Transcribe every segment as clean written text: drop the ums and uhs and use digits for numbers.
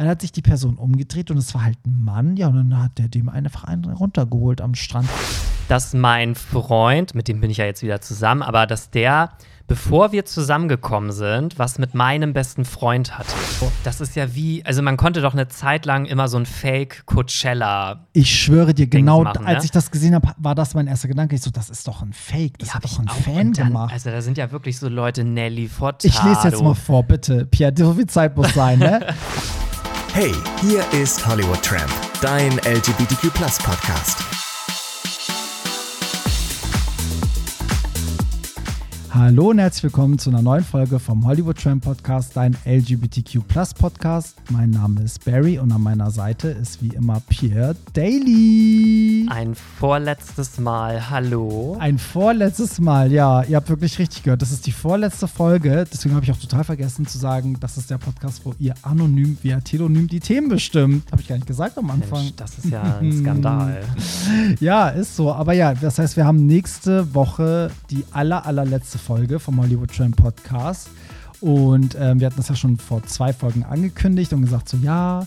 Dann hat sich die Person umgedreht und es war halt ein Mann. Ja, und dann hat der dem einfach einen runtergeholt am Strand. Dass mein Freund, mit dem bin ich ja jetzt wieder zusammen, aber dass der, bevor wir zusammengekommen sind, was mit meinem besten Freund hatte. Das ist ja wie, also man konnte doch eine Zeit lang immer so ein Fake-Coachella. Ich schwöre dir, genau machen, als ne? ich das gesehen habe, war das mein erster Gedanke. Ich so, das ist doch ein Fake, das hat doch ein Fan gemacht. Also da sind ja wirklich so Leute, Nelly Furtado. Ich lese jetzt mal vor, bitte. Pierre, so viel Zeit muss sein, ne? Hey, hier ist Hollywood Tramp, dein LGBTQ+-Podcast. Hallo und herzlich willkommen zu einer neuen Folge vom Hollywood Tramp Podcast, dein LGBTQ+-Podcast. Mein Name ist Barry und an meiner Seite ist wie immer Pierre Daly. Ein vorletztes Mal, hallo. Ein vorletztes Mal, ja, ihr habt wirklich richtig gehört. Das ist die vorletzte Folge, deswegen habe ich auch total vergessen zu sagen, das ist der Podcast, wo ihr anonym via Telonym die Themen bestimmt. Habe ich gar nicht gesagt am Anfang. Mensch, das ist ja ein Skandal. Ja, ist so. Aber ja, das heißt, wir haben nächste Woche die allerletzte Folge vom Hollywood Tramp Podcast. Und wir hatten das ja schon vor 2 Folgen angekündigt und gesagt so, ja,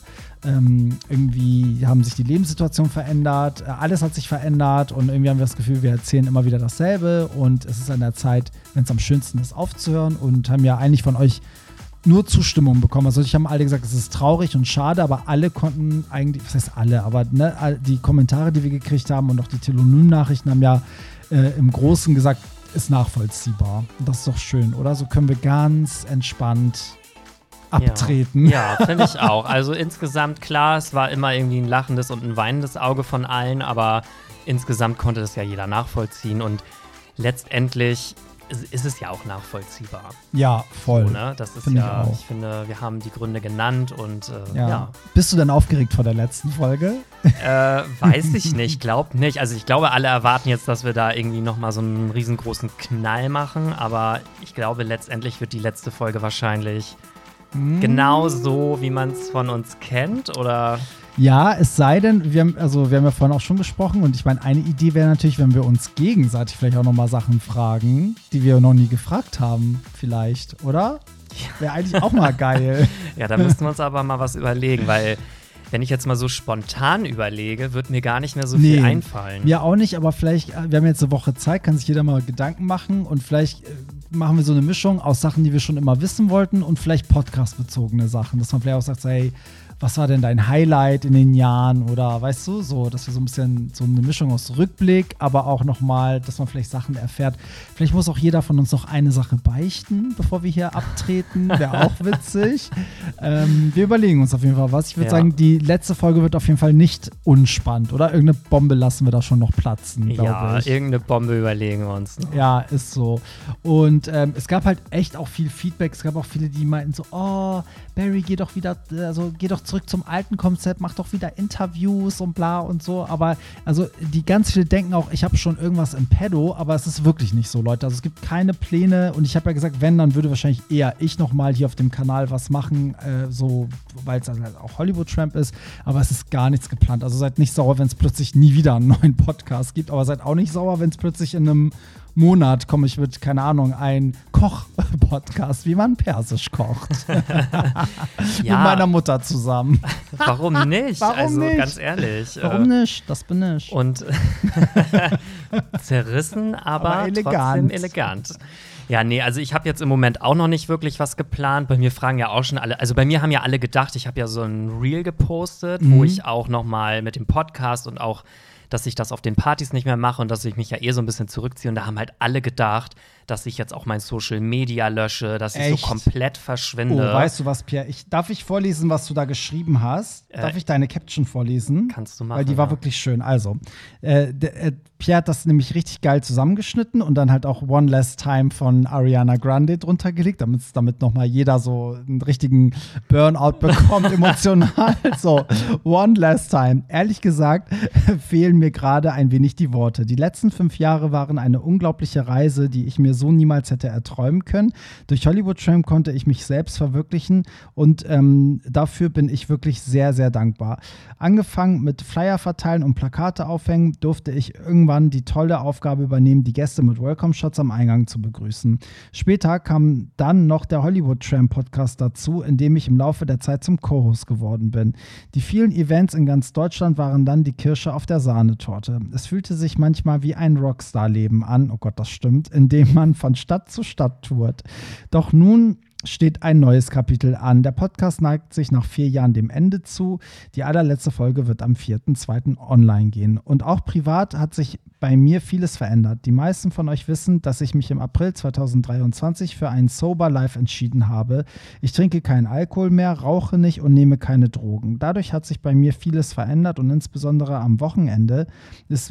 irgendwie haben sich die Lebenssituation verändert, alles hat sich verändert und irgendwie haben wir das Gefühl, wir erzählen immer wieder dasselbe und es ist an der Zeit, wenn es am schönsten ist, aufzuhören und haben ja eigentlich von euch nur Zustimmung bekommen. Also ich habe alle gesagt, es ist traurig und schade, aber alle konnten eigentlich, was heißt alle, aber ne, die Kommentare, die wir gekriegt haben und auch die Telonym-Nachrichten haben ja im Großen gesagt, ist nachvollziehbar. Das ist doch schön, oder? So können wir ganz entspannt abtreten. Ja, finde ich auch. Also insgesamt, klar, es war immer irgendwie ein lachendes und ein weinendes Auge von allen, aber insgesamt konnte das ja jeder nachvollziehen und letztendlich ist es ja auch nachvollziehbar. Ja, voll. So, ne? Das ist Find ja, ich ich finde, wir haben die Gründe genannt und ja. Bist du denn aufgeregt vor der letzten Folge? Weiß ich nicht, glaub nicht. Also ich glaube, alle erwarten jetzt, dass wir da irgendwie nochmal so einen riesengroßen Knall machen, aber ich glaube, letztendlich wird die letzte Folge wahrscheinlich genau so, wie man es von uns kennt, oder? Ja, es sei denn, wir haben ja vorhin auch schon gesprochen und ich meine, eine Idee wäre natürlich, wenn wir uns gegenseitig vielleicht auch nochmal Sachen fragen, die wir noch nie gefragt haben, vielleicht, oder? Wäre eigentlich auch mal geil. Ja, da müssten wir uns aber mal was überlegen, weil wenn ich jetzt mal so spontan überlege, wird mir gar nicht mehr so viel einfallen. Mir auch nicht, aber vielleicht, wir haben jetzt eine Woche Zeit, kann sich jeder mal Gedanken machen und vielleicht machen wir so eine Mischung aus Sachen, die wir schon immer wissen wollten und vielleicht podcastbezogene Sachen, dass man vielleicht auch sagt, so, hey, was war denn dein Highlight in den Jahren oder weißt du, so, dass wir so ein bisschen so eine Mischung aus Rückblick, aber auch nochmal, dass man vielleicht Sachen erfährt. Vielleicht muss auch jeder von uns noch eine Sache beichten, bevor wir hier abtreten. Wäre auch witzig. Wir überlegen uns auf jeden Fall was. Ich würde sagen, die letzte Folge wird auf jeden Fall nicht unspannend, oder? Irgendeine Bombe lassen wir da schon noch platzen, glaube ich. Ja, irgendeine Bombe überlegen wir uns noch. Ja, ist so. Und es gab halt echt auch viel Feedback. Es gab auch viele, die meinten so, oh, Barry, geh doch zurück zum alten Konzept, mach doch wieder Interviews und bla und so. Aber also die ganz viele denken auch, ich habe schon irgendwas im Pedo, aber es ist wirklich nicht so, Leute. Also es gibt keine Pläne und ich habe ja gesagt, wenn, dann würde wahrscheinlich eher ich nochmal hier auf dem Kanal was machen, so, weil es halt auch Hollywood Tramp ist, aber es ist gar nichts geplant. Also seid nicht sauer, wenn es plötzlich nie wieder einen neuen Podcast gibt, aber seid auch nicht sauer, wenn es plötzlich in einem Monat komme ich mit, keine Ahnung, ein Koch-Podcast, wie man persisch kocht. Mit meiner Mutter zusammen. Warum nicht? Warum nicht? Ganz ehrlich. Warum nicht? Das bin ich. Und zerrissen, aber trotzdem elegant. Ja, nee, also ich habe jetzt im Moment auch noch nicht wirklich was geplant. Bei mir fragen ja auch schon alle, also bei mir haben ja alle gedacht, ich habe ja so ein Reel gepostet, wo ich auch noch mal mit dem Podcast und auch dass ich das auf den Partys nicht mehr mache und dass ich mich ja so ein bisschen zurückziehe. Und da haben halt alle gedacht, dass ich jetzt auch mein Social Media lösche, dass ich so komplett verschwinde. Oh, weißt du was, Pierre? Darf ich vorlesen, was du da geschrieben hast? Darf ich deine Caption vorlesen? Kannst du machen. Weil die war wirklich schön. Also, Pierre hat das nämlich richtig geil zusammengeschnitten und dann halt auch One Last Time von Ariana Grande drunter gelegt, damit nochmal jeder so einen richtigen Burnout bekommt, emotional. So, One Last Time. Ehrlich gesagt fehlen mir gerade ein wenig die Worte. Die letzten 5 Jahre waren eine unglaubliche Reise, die ich mir so niemals hätte erträumen können. Durch Hollywood Tramp konnte ich mich selbst verwirklichen und dafür bin ich wirklich sehr, sehr dankbar. Angefangen mit Flyer verteilen und Plakate aufhängen, durfte ich irgendwann irgendwann die tolle Aufgabe übernehmen, die Gäste mit Welcome-Shots am Eingang zu begrüßen. Später kam dann noch der Hollywood Tramp Podcast dazu, in dem ich im Laufe der Zeit zum Co-Host geworden bin. Die vielen Events in ganz Deutschland waren dann die Kirsche auf der Sahnetorte. Es fühlte sich manchmal wie ein Rockstar-Leben an, oh Gott, das stimmt, in dem man von Stadt zu Stadt tourt. Doch nun steht ein neues Kapitel an. Der Podcast neigt sich nach 4 Jahren dem Ende zu. Die allerletzte Folge wird am 4.2. online gehen. Und auch privat hat sich bei mir vieles verändert. Die meisten von euch wissen, dass ich mich im April 2023 für einen Sober Life entschieden habe. Ich trinke keinen Alkohol mehr, rauche nicht und nehme keine Drogen. Dadurch hat sich bei mir vieles verändert und insbesondere am Wochenende ist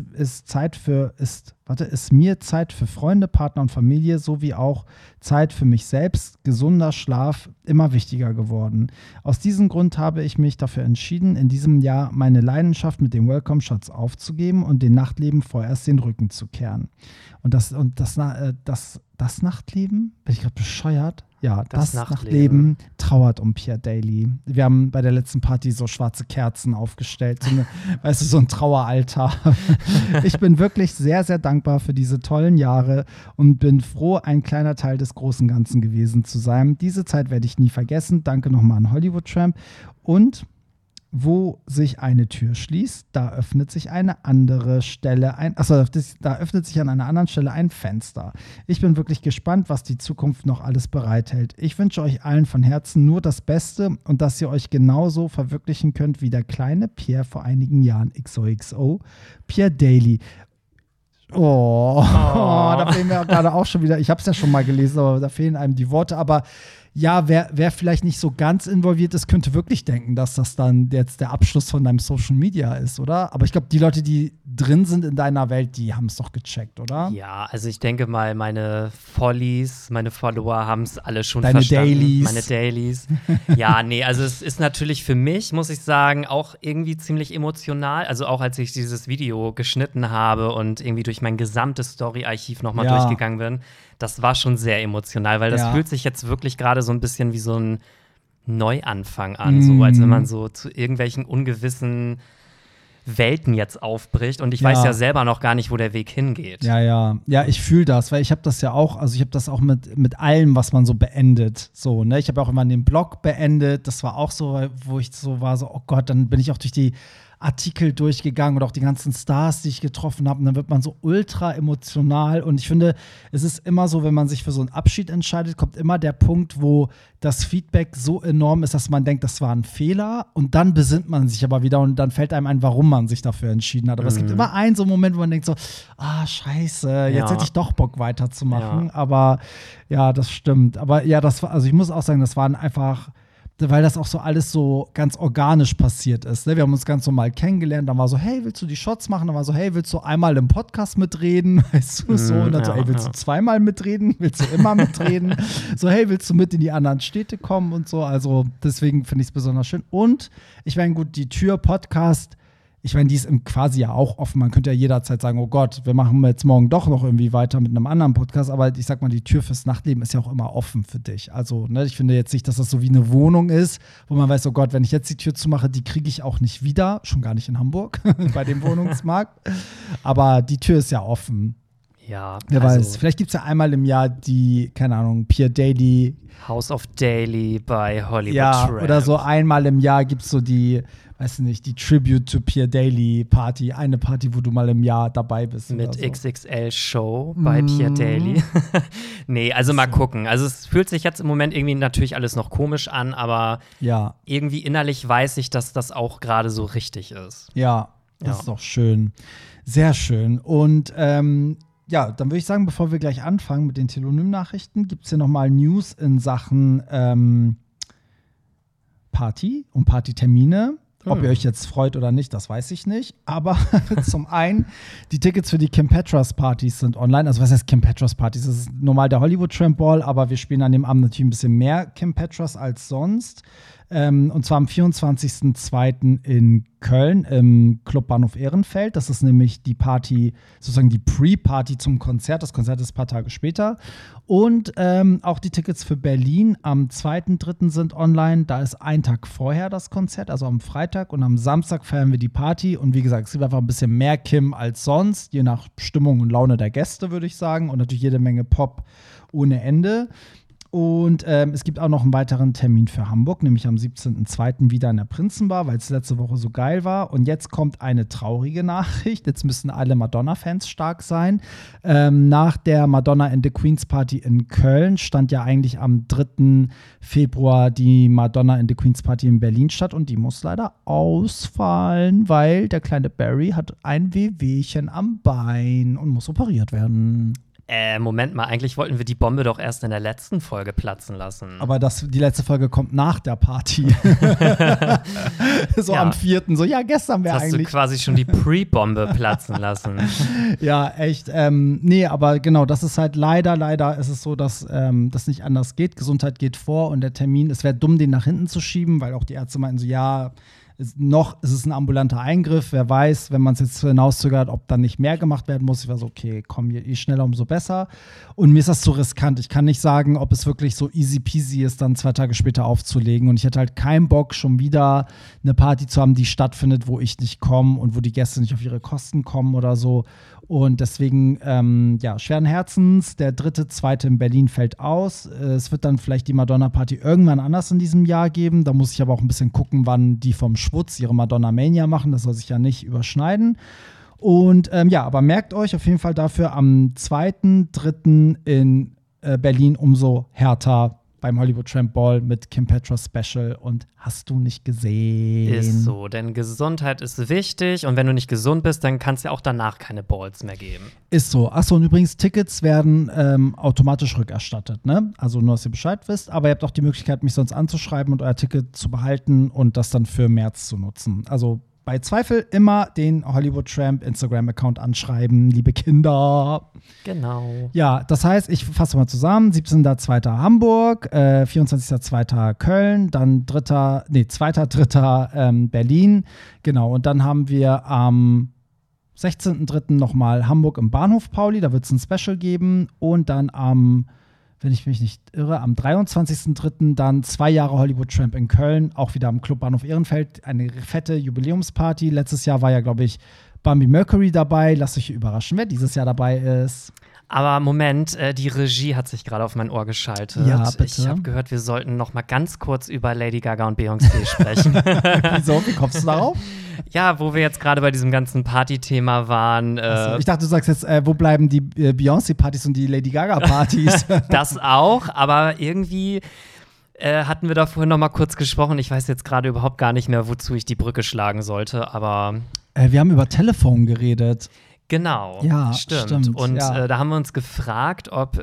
mir Zeit für Freunde, Partner und Familie sowie auch Zeit für mich selbst, gesunder Schlaf immer wichtiger geworden. Aus diesem Grund habe ich mich dafür entschieden, in diesem Jahr meine Leidenschaft mit den Welcome-Shots aufzugeben und dem Nachtleben vorerst den Rücken zu kehren. Und das Nachtleben? Bin ich gerade bescheuert? Ja, das Nachtleben trauert um Pierre Daly. Wir haben bei der letzten Party so schwarze Kerzen aufgestellt, so ein Traueraltar. Ich bin wirklich sehr, sehr dankbar für diese tollen Jahre und bin froh, ein kleiner Teil des großen Ganzen gewesen zu sein. Diese Zeit werde ich nie vergessen. Danke nochmal an Hollywood Tramp. Und wo sich eine Tür schließt, da öffnet sich eine andere Stelle da öffnet sich an einer anderen Stelle ein Fenster. Ich bin wirklich gespannt, was die Zukunft noch alles bereithält. Ich wünsche euch allen von Herzen nur das Beste und dass ihr euch genauso verwirklichen könnt wie der kleine Pierre vor einigen Jahren. XOXO, Pierre Daly. Da fehlen mir gerade auch schon wieder, ich habe es ja schon mal gelesen, aber da fehlen einem die Worte, aber ja, wer vielleicht nicht so ganz involviert ist, könnte wirklich denken, dass das dann jetzt der Abschluss von deinem Social Media ist, oder? Aber ich glaube, die Leute, die drin sind in deiner Welt, die haben es doch gecheckt, oder? Ja, also ich denke mal, meine Follies, meine Follower haben es alle schon verstanden. Meine Dailies. Ja, nee, also es ist natürlich für mich, muss ich sagen, auch irgendwie ziemlich emotional. Also auch als ich dieses Video geschnitten habe und irgendwie durch mein gesamtes Story-Archiv nochmal durchgegangen bin, das war schon sehr emotional, weil das fühlt sich jetzt wirklich gerade so ein bisschen wie so ein Neuanfang an, so als wenn man so zu irgendwelchen ungewissen Welten jetzt aufbricht und ich weiß ja selber noch gar nicht, wo der Weg hingeht. Ja, ich fühle das, weil ich habe das ja auch, also ich habe das auch mit allem, was man so beendet, so, ne, ich habe auch immer den Blog beendet, das war auch so, wo ich so war, so, oh Gott, dann bin ich auch durch die Artikel durchgegangen und auch die ganzen Stars, die ich getroffen habe. Und dann wird man so ultra emotional. Und ich finde, es ist immer so, wenn man sich für so einen Abschied entscheidet, kommt immer der Punkt, wo das Feedback so enorm ist, dass man denkt, das war ein Fehler. Und dann besinnt man sich aber wieder und dann fällt einem ein, warum man sich dafür entschieden hat. Aber es gibt immer einen so einen Moment, wo man denkt so, scheiße, jetzt hätte ich doch Bock weiterzumachen. Ja. Aber ja, das stimmt. Aber ja, das war, also ich muss auch sagen, das waren einfach, weil das auch so alles so ganz organisch passiert ist. Ne? Wir haben uns ganz normal kennengelernt, dann war so, hey, willst du die Shots machen? Dann war so, hey, willst du einmal im Podcast mitreden? Weißt du, so. Und dann so, hey, willst du zweimal mitreden? Willst du immer mitreden? So, hey, willst du mit in die anderen Städte kommen und so? Also deswegen finde ich es besonders schön. Und ich meine, gut, die Tür-Podcast, ich meine, die ist quasi ja auch offen. Man könnte ja jederzeit sagen, oh Gott, wir machen jetzt morgen doch noch irgendwie weiter mit einem anderen Podcast. Aber ich sag mal, die Tür fürs Nachtleben ist ja auch immer offen für dich. Also, ne, ich finde jetzt nicht, dass das so wie eine Wohnung ist, wo man weiß, oh Gott, wenn ich jetzt die Tür zumache, die kriege ich auch nicht wieder. Schon gar nicht in Hamburg, bei dem Wohnungsmarkt. Aber die Tür ist ja offen. Ja. Wer weiß, vielleicht gibt es ja einmal im Jahr die, keine Ahnung, Pierre Daly. House of Daly bei Hollywood Tramp. Oder so einmal im Jahr gibt es so die, weiß nicht, die Tribute to Pierre Daly Party. Eine Party, wo du mal im Jahr dabei bist. Mit so. XXL Show bei Pierre Daly. Nee, also mal gucken. Also es fühlt sich jetzt im Moment irgendwie natürlich alles noch komisch an, aber irgendwie innerlich weiß ich, dass das auch gerade so richtig ist. Ja, das ist doch schön. Sehr schön. Und ja, dann würde ich sagen, bevor wir gleich anfangen mit den Telonym-Nachrichten, gibt es hier nochmal News in Sachen Party und Partytermine. Ob ihr euch jetzt freut oder nicht, das weiß ich nicht. Aber zum einen, die Tickets für die Kim Petras Partys sind online. Also was heißt Kim Petras Partys? Das ist normal der Hollywood Tramp Ball, aber wir spielen an dem Abend natürlich ein bisschen mehr Kim Petras als sonst. Und zwar am 24.02. in Köln im Club Bahnhof Ehrenfeld. Das ist nämlich die Party, sozusagen die Pre-Party zum Konzert. Das Konzert ist ein paar Tage später. Und auch die Tickets für Berlin am 2.03. sind online. Da ist ein Tag vorher das Konzert, also am Freitag. Und am Samstag feiern wir die Party. Und wie gesagt, es gibt einfach ein bisschen mehr Kim als sonst, je nach Stimmung und Laune der Gäste, würde ich sagen. Und natürlich jede Menge Pop ohne Ende. Und es gibt auch noch einen weiteren Termin für Hamburg, nämlich am 17.02. wieder in der Prinzenbar, weil es letzte Woche so geil war. Und jetzt kommt eine traurige Nachricht. Jetzt müssen alle Madonna-Fans stark sein. Nach der Madonna and the Queens Party in Köln stand ja eigentlich am 3. Februar die Madonna and the Queens Party in Berlin statt. Und die muss leider ausfallen, weil der kleine Barry hat ein Wehwehchen am Bein und muss operiert werden. Moment mal, eigentlich wollten wir die Bombe doch erst in der letzten Folge platzen lassen. Aber die letzte Folge kommt nach der Party. So ja. Am 4. So, ja, gestern wäre eigentlich. Hast du quasi schon die Pre-Bombe platzen lassen. Ja, echt. Nee, aber genau, das ist halt leider ist es so, dass das nicht anders geht. Gesundheit geht vor und der Termin, es wäre dumm, den nach hinten zu schieben, weil auch die Ärzte meinten so, ja, ist es ein ambulanter Eingriff. Wer weiß, wenn man es jetzt hinauszögert, ob dann nicht mehr gemacht werden muss. Ich war so, okay, komm, je schneller, umso besser. Und mir ist das zu riskant. Ich kann nicht sagen, ob es wirklich so easy peasy ist, dann 2 Tage später aufzulegen. Und ich hätte halt keinen Bock, schon wieder eine Party zu haben, die stattfindet, wo ich nicht komme und wo die Gäste nicht auf ihre Kosten kommen oder so. Und deswegen, schweren Herzens, der 3.2. in Berlin fällt aus. Es wird dann vielleicht die Madonna-Party irgendwann anders in diesem Jahr geben. Da muss ich aber auch ein bisschen gucken, wann die vom Schwutz ihre Madonna-Mania machen. Das soll sich ja nicht überschneiden. Und aber merkt euch auf jeden Fall dafür am 2.3. in Berlin umso härter beim Hollywood Tramp Ball mit Kim Petras Special und hast du nicht gesehen. Ist so, denn Gesundheit ist wichtig und wenn du nicht gesund bist, dann kann es ja auch danach keine Balls mehr geben. Ist so. Achso, und übrigens, Tickets werden automatisch rückerstattet, ne? Also nur, dass ihr Bescheid wisst, aber ihr habt auch die Möglichkeit, mich sonst anzuschreiben und euer Ticket zu behalten und das dann für März zu nutzen. Also bei Zweifel immer den Hollywood Tramp Instagram-Account anschreiben, liebe Kinder. Genau. Ja, das heißt, ich fasse mal zusammen. 17.02. Hamburg, 24.02. Köln, dann 2.03. Berlin. Genau, und dann haben wir am 16.03. nochmal Hamburg im Bahnhof Pauli. Da wird es ein Special geben. Und dann wenn ich mich nicht irre, am 23.03. dann 2 Jahre Hollywood Tramp in Köln, auch wieder am Club Bahnhof Ehrenfeld, eine fette Jubiläumsparty. Letztes Jahr war ja, glaube ich, Bambi Mercury dabei. Lasst euch überraschen, wer dieses Jahr dabei ist. Aber Moment, die Regie hat sich gerade auf mein Ohr geschaltet. Ja, bitte. Ich habe gehört, wir sollten noch mal ganz kurz über Lady Gaga und Beyoncé sprechen. Wieso? Wie kommst du darauf? Ja, wo wir jetzt gerade bei diesem ganzen Party-Thema waren. Also, ich dachte, du sagst jetzt, wo bleiben die Beyoncé-Partys und die Lady Gaga-Partys? Das auch, aber irgendwie hatten wir da vorhin noch mal kurz gesprochen. Ich weiß jetzt gerade überhaupt gar nicht mehr, wozu ich die Brücke schlagen sollte, aber wir haben über Telefon geredet. Genau, ja, stimmt. Und da haben wir uns gefragt, ob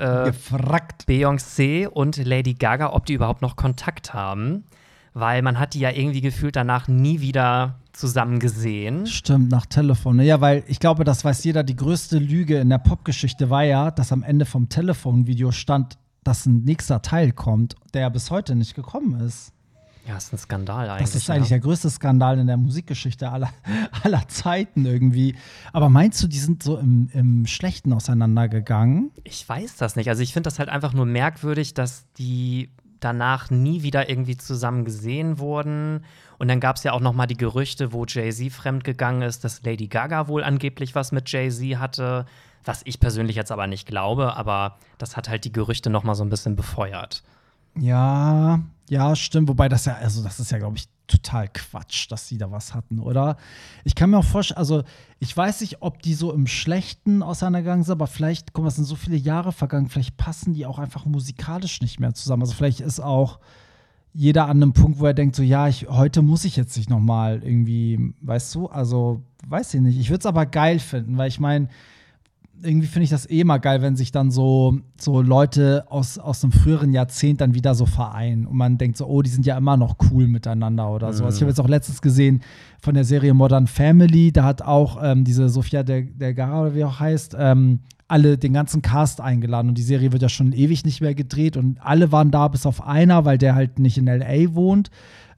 Beyoncé und Lady Gaga, ob die überhaupt noch Kontakt haben. Weil man hat die ja irgendwie gefühlt danach nie wieder zusammen gesehen. Stimmt, nach Telefon. Ja, weil ich glaube, das weiß jeder, die größte Lüge in der Popgeschichte war ja, dass am Ende vom Telefonvideo stand, dass ein nächster Teil kommt, der bis heute nicht gekommen ist. Ja, ist ein Skandal eigentlich. Das ist eigentlich der größte Skandal in der Musikgeschichte aller Zeiten irgendwie. Aber meinst du, die sind so im Schlechten auseinandergegangen? Ich weiß das nicht. Also ich finde das halt einfach nur merkwürdig, dass die danach nie wieder irgendwie zusammen gesehen wurden. Und dann gab es ja auch noch mal die Gerüchte, wo Jay-Z fremdgegangen ist, dass Lady Gaga wohl angeblich was mit Jay-Z hatte. Was ich persönlich jetzt aber nicht glaube. Aber das hat halt die Gerüchte noch mal so ein bisschen befeuert. Ja, stimmt. Wobei das ist ja, glaube ich, total Quatsch, dass sie da was hatten, oder? Ich kann mir auch vorstellen, also ich weiß nicht, ob die so im Schlechten auseinandergegangen sind, aber vielleicht, guck mal, es sind so viele Jahre vergangen, vielleicht passen die auch einfach musikalisch nicht mehr zusammen. Also vielleicht ist auch jeder an einem Punkt, wo er denkt, so, ja, heute muss ich jetzt nicht nochmal irgendwie, weißt du? Also, weiß ich nicht. Ich würde es aber geil finden, weil ich meine, irgendwie finde ich das mal geil, wenn sich dann so Leute aus einem früheren Jahrzehnt dann wieder so vereinen und man denkt so, oh, die sind ja immer noch cool miteinander oder so. Also ich habe jetzt auch letztens gesehen von der Serie Modern Family, da hat auch diese Sofia Vergara oder wie auch heißt, den ganzen Cast eingeladen und die Serie wird ja schon ewig nicht mehr gedreht und alle waren da bis auf einer, weil der halt nicht in L.A. wohnt.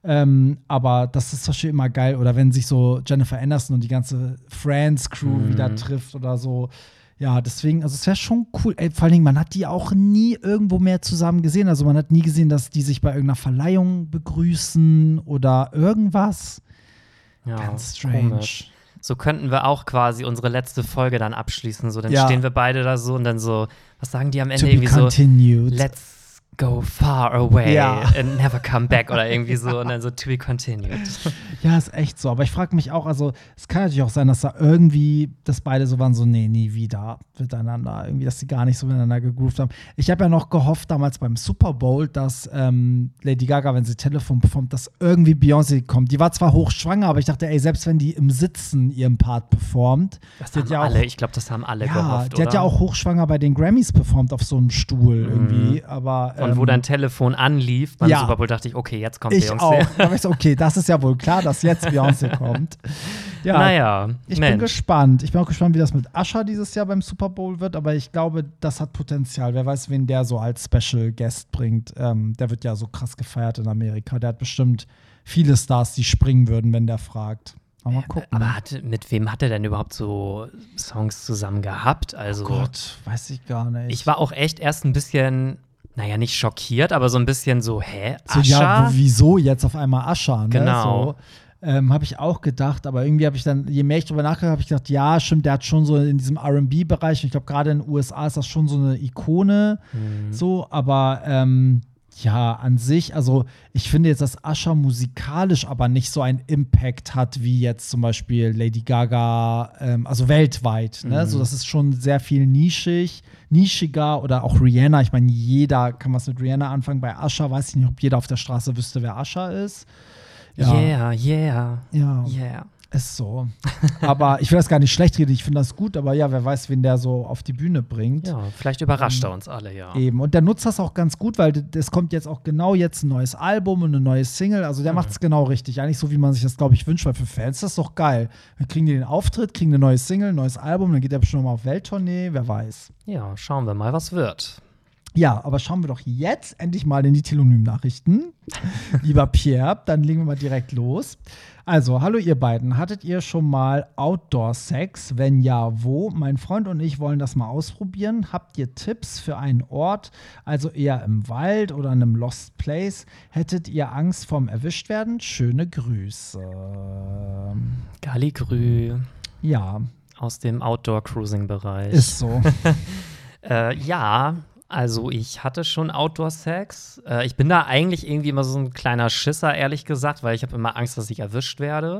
Aber das ist zum Beispiel immer geil. Oder wenn sich so Jennifer Aniston und die ganze Friends-Crew wieder trifft oder so. Ja, deswegen, also es wäre schon cool. Ey, vor allen Dingen, man hat die auch nie irgendwo mehr zusammen gesehen. Also man hat nie gesehen, dass die sich bei irgendeiner Verleihung begrüßen oder irgendwas. Ja, ganz strange. Komisch. So könnten wir auch quasi unsere letzte Folge dann abschließen. So, dann stehen wir beide da so und dann so, was sagen die am Ende? Irgendwie continued. So, let's go far away and never come back oder irgendwie so und dann so to be continued. Ja, ist echt so. Aber ich frage mich auch, also es kann natürlich auch sein, dass da irgendwie, dass beide so waren, so nee, nie wieder miteinander. Irgendwie, dass sie gar nicht so miteinander gegroovt haben. Ich habe ja noch gehofft damals beim Super Bowl, dass Lady Gaga, wenn sie Telefon performt, dass irgendwie Beyoncé kommt. Die war zwar hochschwanger, aber ich dachte, ey, selbst wenn die im Sitzen ihren Part performt. Das haben alle, ich glaube, das haben alle gehofft, die hat ja auch hochschwanger bei den Grammys performt auf so einem Stuhl irgendwie. Aber und wo dein Telefon anlief beim Super Bowl, dachte ich, okay, jetzt kommt Beyoncé. Auch. Da war ich so, okay, das ist ja wohl klar, dass jetzt Beyoncé kommt. Ja, naja, ich bin gespannt. Ich bin auch gespannt, wie das mit Usher dieses Jahr beim Super Bowl wird, aber ich glaube, das hat Potenzial. Wer weiß, wen der so als Special Guest bringt. Der wird ja so krass gefeiert in Amerika. Der hat bestimmt viele Stars, die springen würden, wenn der fragt. Mal gucken. Aber mit wem hat er denn überhaupt so Songs zusammen gehabt? Also, oh Gott, weiß ich gar nicht. Ich war auch echt erst ein bisschen, naja, nicht schockiert, aber so ein bisschen so, Usher? So, ja, wieso jetzt auf einmal Usher? Ne? Genau. So. Habe ich auch gedacht, aber irgendwie habe ich dann, je mehr ich drüber nachgedacht habe, ich gedacht, ja, stimmt, der hat schon so in diesem R&B-Bereich, und ich glaube, gerade in den USA ist das schon so eine Ikone, so, aber ja, an sich, also ich finde jetzt, dass Usher musikalisch aber nicht so einen Impact hat, wie jetzt zum Beispiel Lady Gaga, also weltweit, ne, so, das ist schon sehr viel nischiger, oder auch Rihanna, ich meine, jeder kann was mit Rihanna anfangen, bei Usher weiß ich nicht, ob jeder auf der Straße wüsste, wer Usher ist. Ja. Ist so. Aber ich will das gar nicht schlecht reden, ich finde das gut, aber ja, wer weiß, wen der so auf die Bühne bringt. Ja, vielleicht überrascht er uns alle, ja. Eben, und der nutzt das auch ganz gut, weil es kommt jetzt auch genau jetzt ein neues Album und eine neue Single, also der macht es genau richtig, eigentlich so, wie man sich das, glaube ich, wünscht, weil für Fans ist das doch geil. Dann kriegen die den Auftritt, kriegen eine neue Single, ein neues Album, dann geht er bestimmt nochmal auf Welttournee, wer weiß. Ja, schauen wir mal, was wird. Ja, aber schauen wir doch jetzt endlich mal in die Telonym-Nachrichten. Lieber Pierre, dann legen wir mal direkt los. Also, hallo ihr beiden. Hattet ihr schon mal Outdoor-Sex? Wenn ja, wo? Mein Freund und ich wollen das mal ausprobieren. Habt ihr Tipps für einen Ort? Also eher im Wald oder in einem Lost Place? Hättet ihr Angst vorm Erwischtwerden? Schöne Grüße. Galligrü. Ja. Aus dem Outdoor-Cruising-Bereich. Ist so. Ja. Also ich hatte schon Outdoor-Sex. Ich bin da eigentlich irgendwie immer so ein kleiner Schisser, ehrlich gesagt, weil ich habe immer Angst, dass ich erwischt werde.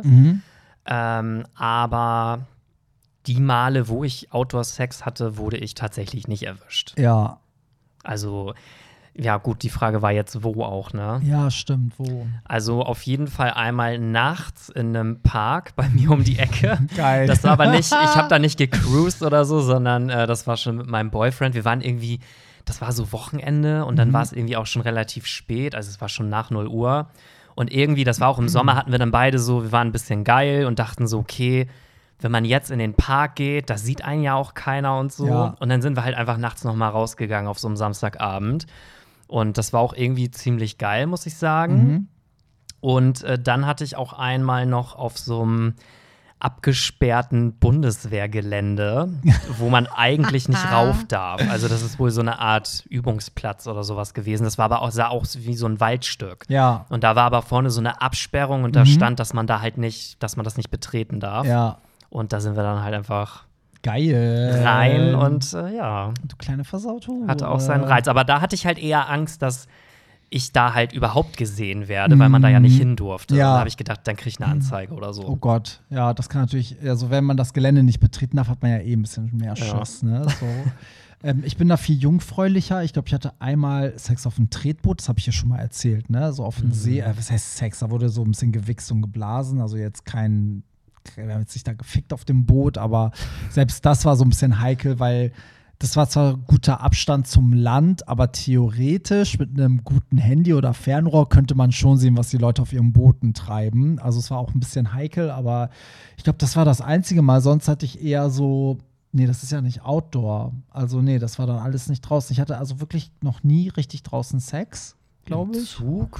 Aber die Male, wo ich Outdoor-Sex hatte, wurde ich tatsächlich nicht erwischt. Ja. Also, ja gut, die Frage war jetzt, wo auch, ne? Ja, stimmt, wo. Also auf jeden Fall einmal nachts in einem Park bei mir um die Ecke. Geil. Das war aber nicht, ich habe da nicht gecruised oder so, sondern das war schon mit meinem Boyfriend. Wir waren irgendwie, das war so Wochenende und dann war es irgendwie auch schon relativ spät, also es war schon nach 0 Uhr. Und irgendwie, das war auch im Sommer, hatten wir dann beide so, wir waren ein bisschen geil und dachten so, okay, wenn man jetzt in den Park geht, da sieht einen ja auch keiner und so. Ja. Und dann sind wir halt einfach nachts noch mal rausgegangen auf so einem Samstagabend. Und das war auch irgendwie ziemlich geil, muss ich sagen. Und dann hatte ich auch einmal noch auf so einem abgesperrten Bundeswehrgelände, wo man eigentlich nicht rauf darf. Also das ist wohl so eine Art Übungsplatz oder sowas gewesen. Das war aber auch, sah auch wie so ein Waldstück. Ja. Und da war aber vorne so eine Absperrung und da stand, dass man da halt nicht, dass man das nicht betreten darf. Ja. Und da sind wir dann halt einfach geil rein und ja. Du kleine Versaute. Hatte auch seinen Reiz. Aber da hatte ich halt eher Angst, dass ich da halt überhaupt gesehen werde, weil man da ja nicht hin durfte. Ja. Und da habe ich gedacht, dann kriege ich eine Anzeige oder so. Oh Gott, ja, das kann natürlich, also wenn man das Gelände nicht betreten darf, hat man ja eh ein bisschen mehr Schiss, ne? So. Ich bin da viel jungfräulicher. Ich glaube, ich hatte einmal Sex auf einem Tretboot, das habe ich ja schon mal erzählt, ne? So auf dem See, was heißt Sex? Da wurde so ein bisschen gewichst und geblasen, also jetzt wir haben jetzt nicht da gefickt auf dem Boot, aber selbst das war so ein bisschen heikel, weil das war zwar guter Abstand zum Land, aber theoretisch mit einem guten Handy oder Fernrohr könnte man schon sehen, was die Leute auf ihren Booten treiben. Also es war auch ein bisschen heikel, aber ich glaube, das war das einzige Mal. Sonst hatte ich eher so, nee, das ist ja nicht Outdoor. Also nee, das war dann alles nicht draußen. Ich hatte also wirklich noch nie richtig draußen Sex, glaube ich. Zug?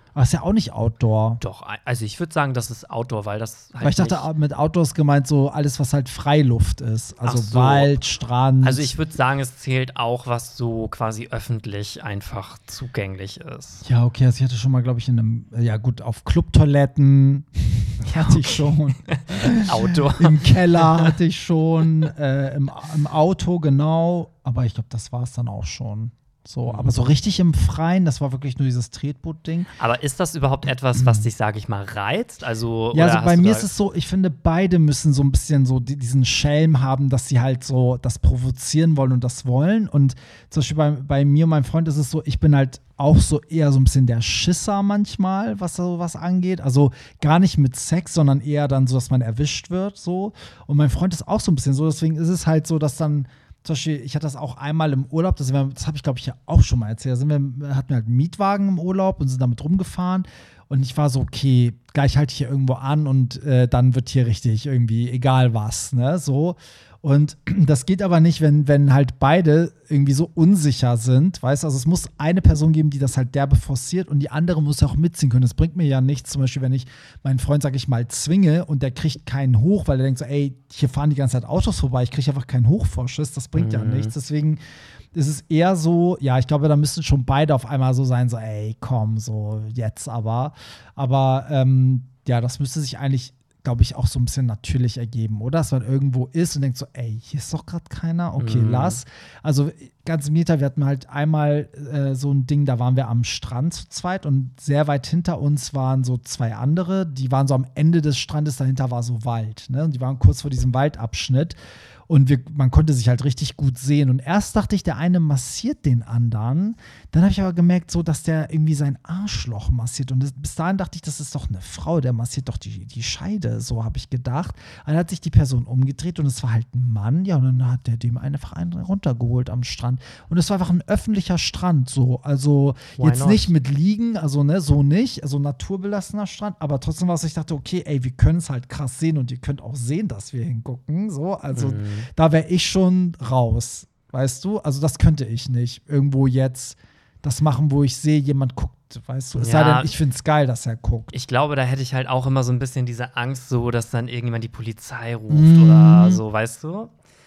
Aber ist ja auch nicht Outdoor. Doch, also ich würde sagen, das ist Outdoor, weil das halt Weil ich dachte, mit Outdoor ist gemeint so alles, was halt Freiluft ist. Also so. Wald, Strand. Also ich würde sagen, es zählt auch, was so quasi öffentlich einfach zugänglich ist. Ja, okay, also ich hatte schon mal, glaube ich, auf Clubtoiletten hatte ich schon. Outdoor. Im Keller hatte ich schon, im Auto, genau. Aber ich glaube, das war es dann auch schon. So, aber so richtig im Freien, das war wirklich nur dieses Tretboot-Ding. Aber ist das überhaupt etwas, was dich, sage ich mal, reizt? Also, ja, also bei mir ist es so, ich finde, beide müssen so ein bisschen so diesen Schelm haben, dass sie halt so das provozieren wollen und das wollen. Und zum Beispiel bei mir und meinem Freund ist es so, ich bin halt auch so eher so ein bisschen der Schisser manchmal, was sowas angeht. Also gar nicht mit Sex, sondern eher dann so, dass man erwischt wird. So. Und mein Freund ist auch so ein bisschen so, deswegen ist es halt so, dass dann zum Beispiel, ich hatte das auch einmal im Urlaub, das habe ich, glaube ich, ja auch schon mal erzählt. Hatten wir halt einen Mietwagen im Urlaub und sind damit rumgefahren. Und ich war so, okay, gleich halte ich hier irgendwo an und dann wird hier richtig irgendwie egal was, ne, so. Und das geht aber nicht, wenn halt beide irgendwie so unsicher sind, weißt du, also es muss eine Person geben, die das halt derbe forciert und die andere muss ja auch mitziehen können. Das bringt mir ja nichts, zum Beispiel, wenn ich meinen Freund, sag ich mal, zwinge und der kriegt keinen hoch, weil er denkt so, ey, hier fahren die ganze Zeit Autos vorbei, ich kriege einfach keinen Hochvorschuss, das bringt ja nichts. Deswegen ist es eher so, ja, ich glaube, da müssten schon beide auf einmal so sein, so, ey, komm, so, jetzt aber. Aber ja, das müsste sich eigentlich, glaube ich, auch so ein bisschen natürlich ergeben, oder? Dass man irgendwo ist und denkt so, ey, hier ist doch gerade keiner, okay, lass. Also ganz im Gegenteil, wir hatten halt einmal so ein Ding, da waren wir am Strand zu zweit und sehr weit hinter uns waren so zwei andere, die waren so am Ende des Strandes, dahinter war so Wald, ne? Und die waren kurz vor diesem Waldabschnitt. Und man konnte sich halt richtig gut sehen. Und erst dachte ich, der eine massiert den anderen. Dann habe ich aber gemerkt, so, dass der irgendwie sein Arschloch massiert. Und bis dahin dachte ich, das ist doch eine Frau, der massiert doch die Scheide. So habe ich gedacht. Dann hat sich die Person umgedreht und es war halt ein Mann. Ja, und dann hat der dem einfach einen runtergeholt am Strand. Und es war einfach ein öffentlicher Strand. So. Also jetzt nicht mit Liegen, also ne, so nicht. Also naturbelassener Strand. Aber trotzdem war es, ich dachte, okay, ey, wir können es halt krass sehen. Und ihr könnt auch sehen, dass wir hingucken. So, also da wäre ich schon raus, weißt du? Also das könnte ich nicht. Irgendwo jetzt das machen, wo ich sehe, jemand guckt, weißt du? Es sei denn, ich finde es geil, dass er guckt. Ich glaube, da hätte ich halt auch immer so ein bisschen diese Angst, so, dass dann irgendjemand die Polizei ruft oder so, weißt du?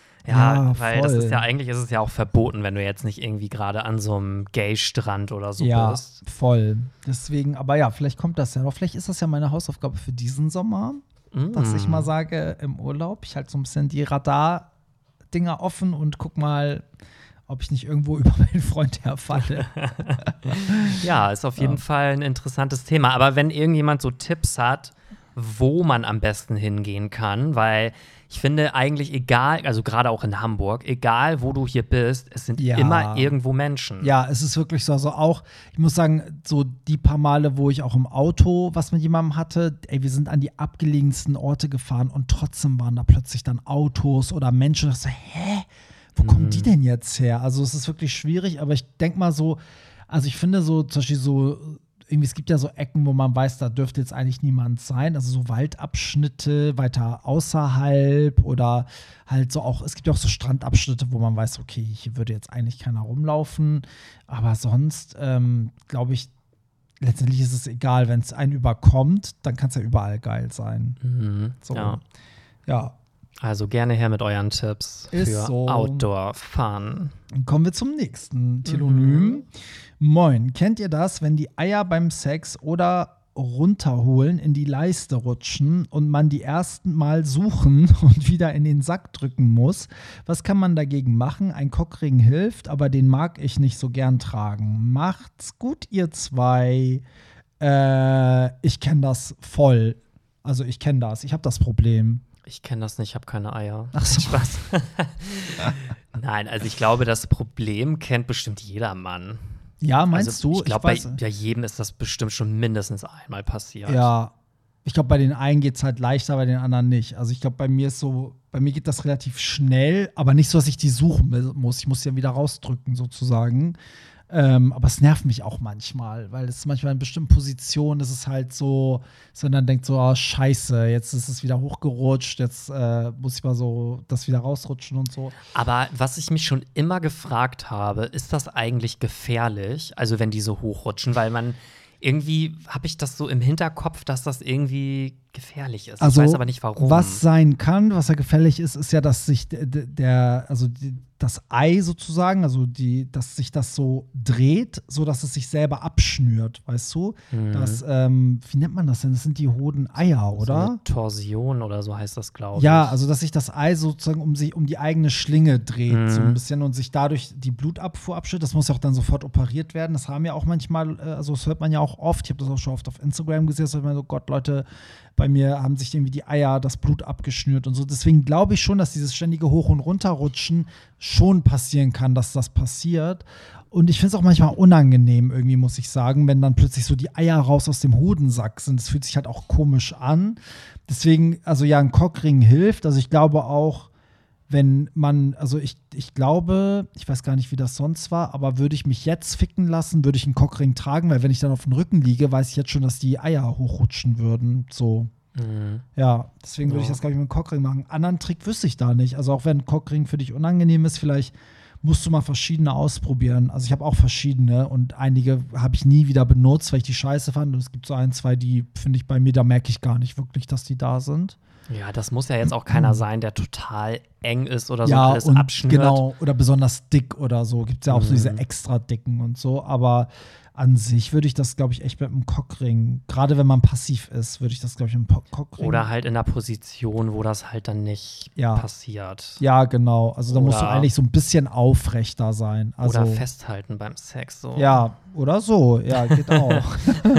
Ja, weil das ist ja, eigentlich ist es ja auch verboten, wenn du jetzt nicht irgendwie gerade an so einem Gay-Strand oder so bist. Ja, voll. Deswegen, aber ja, vielleicht kommt das ja noch. Vielleicht ist das ja meine Hausaufgabe für diesen Sommer, dass ich mal sage, im Urlaub, ich halte so ein bisschen die Radar-Dinger offen und guck mal, ob ich nicht irgendwo über meinen Freund herfalle. Ja, ist auf jeden Fall ein interessantes Thema. Aber wenn irgendjemand so Tipps hat, wo man am besten hingehen kann, weil ich finde eigentlich egal, also gerade auch in Hamburg, egal wo du hier bist, es sind immer irgendwo Menschen. Ja, es ist wirklich so. Also auch, ich muss sagen, so die paar Male, wo ich auch im Auto was mit jemandem hatte, ey, wir sind an die abgelegensten Orte gefahren und trotzdem waren da plötzlich dann Autos oder Menschen. Und ich so, wo kommen die denn jetzt her? Also es ist wirklich schwierig, aber ich denke mal so, also ich finde so, zum Beispiel so, irgendwie, es gibt ja so Ecken, wo man weiß, da dürfte jetzt eigentlich niemand sein. Also so Waldabschnitte weiter außerhalb oder halt so auch, es gibt ja auch so Strandabschnitte, wo man weiß, okay, hier würde jetzt eigentlich keiner rumlaufen. Aber sonst, glaube ich, letztendlich ist es egal, wenn es einen überkommt, dann kann es ja überall geil sein. So. Ja. Also gerne her mit euren Tipps für Outdoor-Fun. Kommen wir zum nächsten Telonym. Moin, kennt ihr das, wenn die Eier beim Sex oder runterholen in die Leiste rutschen und man die ersten Mal suchen und wieder in den Sack drücken muss? Was kann man dagegen machen? Ein Cockring hilft, aber den mag ich nicht so gern tragen. Macht's gut, ihr zwei. Ich kenne das voll. Also ich kenne das. Ich habe das Problem. Ich kenne das nicht, ich habe keine Eier. Ach so. Spaß. Nein, also ich glaube, das Problem kennt bestimmt jeder Mann. Ja, meinst du? Ich glaube, bei jedem ist das bestimmt schon mindestens einmal passiert. Ja, ich glaube, bei den einen geht es halt leichter, bei den anderen nicht. Also ich glaube, bei mir geht das relativ schnell, aber nicht so, dass ich die suchen muss. Ich muss die ja wieder rausdrücken, sozusagen. Aber es nervt mich auch manchmal, weil es manchmal in bestimmten Positionen ist es halt so, dass man dann denkt so, oh, scheiße, jetzt ist es wieder hochgerutscht, jetzt muss ich mal so das wieder rausrutschen und so. Aber was ich mich schon immer gefragt habe, ist das eigentlich gefährlich, also wenn die so hochrutschen, weil man irgendwie habe ich das so im Hinterkopf, dass das irgendwie gefährlich ist. Also, ich weiß aber nicht, warum. Was sein kann, was ja gefährlich ist, ist ja, dass sich das Ei sozusagen, dass sich das so dreht, so dass es sich selber abschnürt, weißt du? Das, wie nennt man das denn? Das sind die Hodeneier, oder? So eine Torsion oder so heißt das, glaube ich. Ja, also dass sich das Ei sozusagen um die eigene Schlinge dreht, so ein bisschen und sich dadurch die Blutabfuhr abschüttet. Das muss ja auch dann sofort operiert werden. Das haben ja auch manchmal, also das hört man ja auch oft. Ich habe das auch schon oft auf Instagram gesehen, dass man so, Gott, Leute, bei mir haben sich irgendwie die Eier, das Blut abgeschnürt und so. Deswegen glaube ich schon, dass dieses ständige Hoch- und Runterrutschen schon passieren kann, dass das passiert. Und ich finde es auch manchmal unangenehm irgendwie, muss ich sagen, wenn dann plötzlich so die Eier raus aus dem Hodensack sind. Das fühlt sich halt auch komisch an. Deswegen, also ja, ein Cockring hilft. Also ich glaube auch, wenn man, also ich glaube, ich weiß gar nicht, wie das sonst war, aber würde ich mich jetzt ficken lassen, würde ich einen Cockring tragen, weil wenn ich dann auf dem Rücken liege, weiß ich jetzt schon, dass die Eier hochrutschen würden. So. Ja, deswegen würde ich das, glaube ich, mit einem Cockring machen. Anderen Trick wüsste ich da nicht. Also auch wenn ein Cockring für dich unangenehm ist, vielleicht musst du mal verschiedene ausprobieren. Also ich habe auch verschiedene und einige habe ich nie wieder benutzt, weil ich die scheiße fand. Und es gibt so ein, zwei, die finde ich bei mir, da merke ich gar nicht wirklich, dass die da sind. Ja, das muss ja jetzt auch keiner sein, der total eng ist oder so ja, alles und abschnürt. Genau, oder besonders dick oder so. Gibt es ja auch so diese extra dicken und so. Aber an sich würde ich das, glaube ich, echt mit einem Cockring, gerade wenn man passiv ist, würde ich das, glaube ich, mit einem Cockring. Oder halt in einer Position, wo das halt dann nicht passiert. Ja, genau. Also da musst du eigentlich so ein bisschen aufrechter sein. Also, oder festhalten beim Sex. So. Ja, oder so. Ja, geht auch.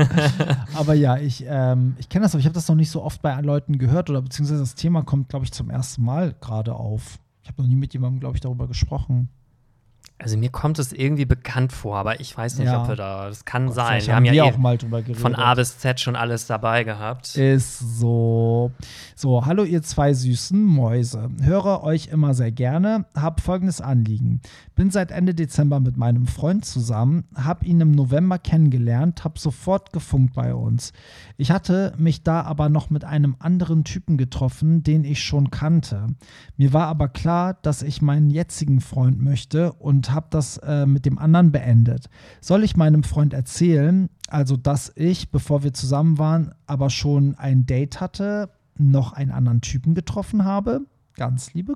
Aber ja, ich kenne das, aber ich habe das noch nicht so oft bei Leuten gehört oder beziehungsweise das Thema kommt, glaube ich, zum ersten Mal gerade auf. Ich habe noch nie mit jemandem, glaube ich, darüber gesprochen. Also mir kommt es irgendwie bekannt vor, aber ich weiß nicht, ob wir das kann sein. Wir haben ja auch mal drüber geredet. Von A bis Z schon alles dabei gehabt. Ist so. So, hallo ihr zwei süßen Mäuse. Höre euch immer sehr gerne, hab folgendes Anliegen. Bin seit Ende Dezember mit meinem Freund zusammen, hab ihn im November kennengelernt, hab sofort gefunkt bei uns. Ich hatte mich da aber noch mit einem anderen Typen getroffen, den ich schon kannte. Mir war aber klar, dass ich meinen jetzigen Freund möchte und habe das mit dem anderen beendet. Soll ich meinem Freund erzählen, also dass ich, bevor wir zusammen waren, aber schon ein Date hatte, noch einen anderen Typen getroffen habe? Ganz liebe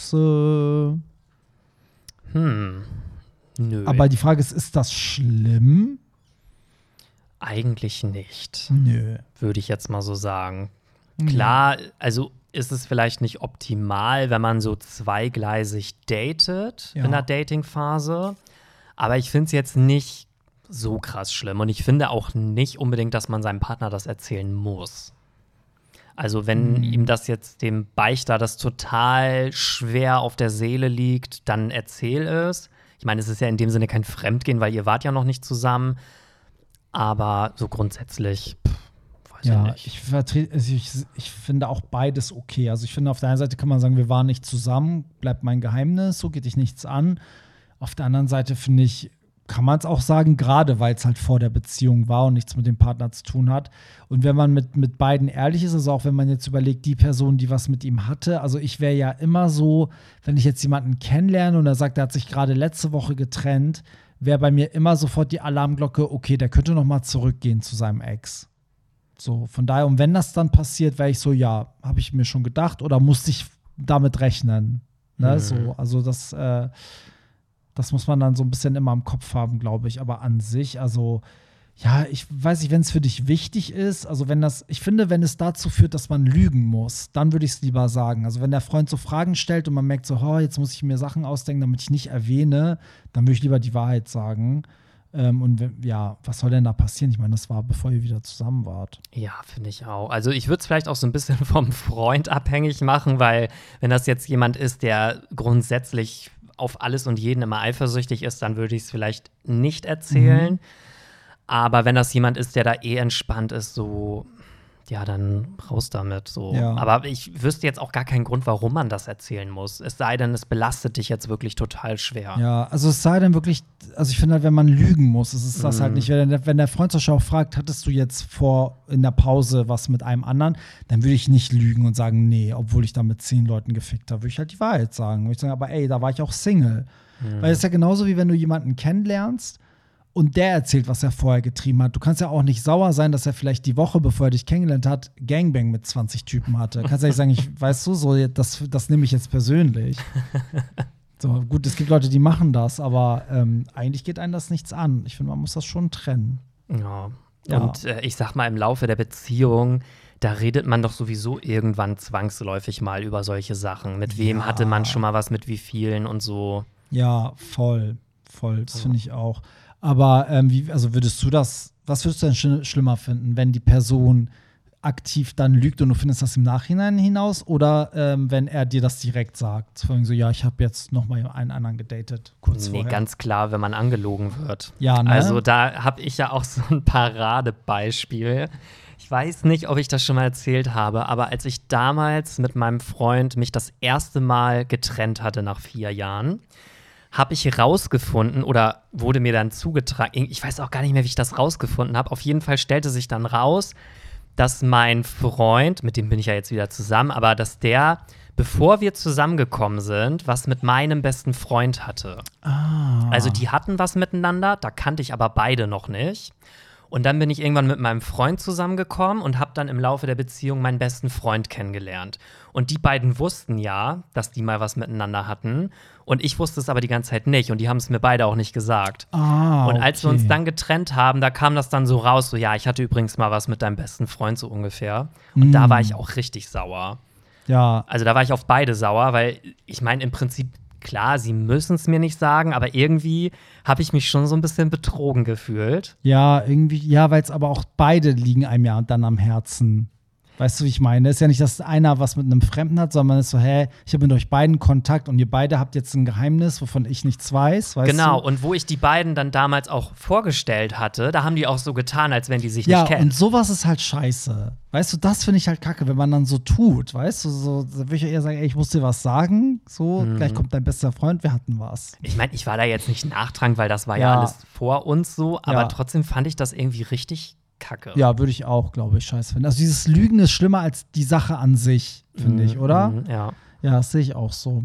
Grüße. Nö. Aber die Frage ist das schlimm? Eigentlich nicht. Nö. Würde ich jetzt mal so sagen. Klar, also ist es vielleicht nicht optimal, wenn man so zweigleisig datet in der Dating-Phase. Aber ich finde es jetzt nicht so krass schlimm. Und ich finde auch nicht unbedingt, dass man seinem Partner das erzählen muss. Also wenn ihm das jetzt, dem Beichter, das total schwer auf der Seele liegt, dann erzähl es. Ich meine, es ist ja in dem Sinne kein Fremdgehen, weil ihr wart ja noch nicht zusammen. Aber so grundsätzlich, weiß ich nicht. Ich finde auch beides okay. Also ich finde, auf der einen Seite kann man sagen, wir waren nicht zusammen, bleibt mein Geheimnis, so geht dich nichts an. Auf der anderen Seite finde ich, kann man es auch sagen, gerade weil es halt vor der Beziehung war und nichts mit dem Partner zu tun hat. Und wenn man mit beiden ehrlich ist, also auch wenn man jetzt überlegt, die Person, die was mit ihm hatte, also ich wäre ja immer so, wenn ich jetzt jemanden kennenlerne und er sagt, er hat sich gerade letzte Woche getrennt, wäre bei mir immer sofort die Alarmglocke, okay, der könnte noch mal zurückgehen zu seinem Ex. So, von daher, und wenn das dann passiert, wäre ich so, ja, habe ich mir schon gedacht oder musste ich damit rechnen. Ne? So, also das muss man dann so ein bisschen immer im Kopf haben, glaube ich. Aber an sich, also, ja, ich weiß nicht, wenn es für dich wichtig ist, also ich finde, wenn es dazu führt, dass man lügen muss, dann würde ich es lieber sagen. Also wenn der Freund so Fragen stellt und man merkt so, oh, jetzt muss ich mir Sachen ausdenken, damit ich nicht erwähne, dann würde ich lieber die Wahrheit sagen. Was soll denn da passieren? Ich meine, das war, bevor ihr wieder zusammen wart. Ja, finde ich auch. Also ich würde es vielleicht auch so ein bisschen vom Freund abhängig machen, weil wenn das jetzt jemand ist, der grundsätzlich auf alles und jeden immer eifersüchtig ist, dann würde ich es vielleicht nicht erzählen. Aber wenn das jemand ist, der da entspannt ist, so, ja, dann raus damit. So. Ja. Aber ich wüsste jetzt auch gar keinen Grund, warum man das erzählen muss. Es sei denn, es belastet dich jetzt wirklich total schwer. Ja, also es sei denn wirklich, also ich finde halt, wenn man lügen muss, ist das halt nicht. Wenn der Freund zur Schau fragt, hattest du jetzt in der Pause was mit einem anderen, dann würde ich nicht lügen und sagen, nee, obwohl ich da mit 10 Leuten gefickt habe, würde ich halt die Wahrheit sagen. Würde ich sagen, aber ey, da war ich auch Single. Weil es ist ja genauso, wie wenn du jemanden kennenlernst und der erzählt, was er vorher getrieben hat. Du kannst ja auch nicht sauer sein, dass er vielleicht die Woche, bevor er dich kennengelernt hat, Gangbang mit 20 Typen hatte. Kannst ja nicht sagen, weißt du, so, das nehme ich jetzt persönlich. So, gut, es gibt Leute, die machen das, aber eigentlich geht einem das nichts an. Ich finde, man muss das schon trennen. Ja. Und ich sag mal, im Laufe der Beziehung, da redet man doch sowieso irgendwann zwangsläufig mal über solche Sachen. Mit wem hatte man schon mal was, mit wie vielen und so. Ja, voll. Das finde ich auch. Aber was würdest du denn schlimmer finden, wenn die Person aktiv dann lügt und du findest das im Nachhinein hinaus oder wenn er dir das direkt sagt? Vor allem so, ja, ich habe jetzt noch mal einen anderen gedatet, kurz vorher. Ganz klar, wenn man angelogen wird. Ja, ne? Also da habe ich ja auch so ein Paradebeispiel. Ich weiß nicht, ob ich das schon mal erzählt habe, aber als ich damals mit meinem Freund mich das erste Mal getrennt hatte nach 4 Jahren, habe ich rausgefunden oder wurde mir dann zugetragen, ich weiß auch gar nicht mehr, wie ich das rausgefunden habe. Auf jeden Fall stellte sich dann raus, dass mein Freund, mit dem bin ich ja jetzt wieder zusammen, aber dass der, bevor wir zusammengekommen sind, was mit meinem besten Freund hatte. Also die hatten was miteinander, da kannte ich aber beide noch nicht. Und dann bin ich irgendwann mit meinem Freund zusammengekommen und habe dann im Laufe der Beziehung meinen besten Freund kennengelernt. Und die beiden wussten ja, dass die mal was miteinander hatten. Und ich wusste es aber die ganze Zeit nicht. Und die haben es mir beide auch nicht gesagt. Und als wir uns dann getrennt haben, da kam das dann so raus, so ja, ich hatte übrigens mal was mit deinem besten Freund, so ungefähr. Und da war ich auch richtig sauer. Ja. Also da war ich auf beide sauer, weil ich meine, im Prinzip, klar, sie müssen es mir nicht sagen, aber irgendwie habe ich mich schon so ein bisschen betrogen gefühlt. Ja, irgendwie, ja, weil es aber auch beide liegen einem ja dann am Herzen. Weißt du, wie ich meine? Es ist ja nicht, dass einer was mit einem Fremden hat, sondern es ist so, ich habe mit euch beiden Kontakt und ihr beide habt jetzt ein Geheimnis, wovon ich nichts weiß, weißt Genau, du? Und wo ich die beiden dann damals auch vorgestellt hatte, da haben die auch so getan, als wenn die sich nicht kennen. Ja, und sowas ist halt scheiße. Weißt du, das finde ich halt kacke, wenn man dann so tut, weißt du, so, da würde ich ja eher sagen, ey, ich muss dir was sagen, so, gleich kommt dein bester Freund, wir hatten was. Ich meine, ich war da jetzt nicht nachtragend, weil das war ja alles vor uns so, aber trotzdem fand ich das irgendwie richtig kacke. Ja, würde ich auch, glaube ich, scheiße finden. Also dieses Lügen ist schlimmer als die Sache an sich, finde ich, oder? Ja. Ja, das sehe ich auch so.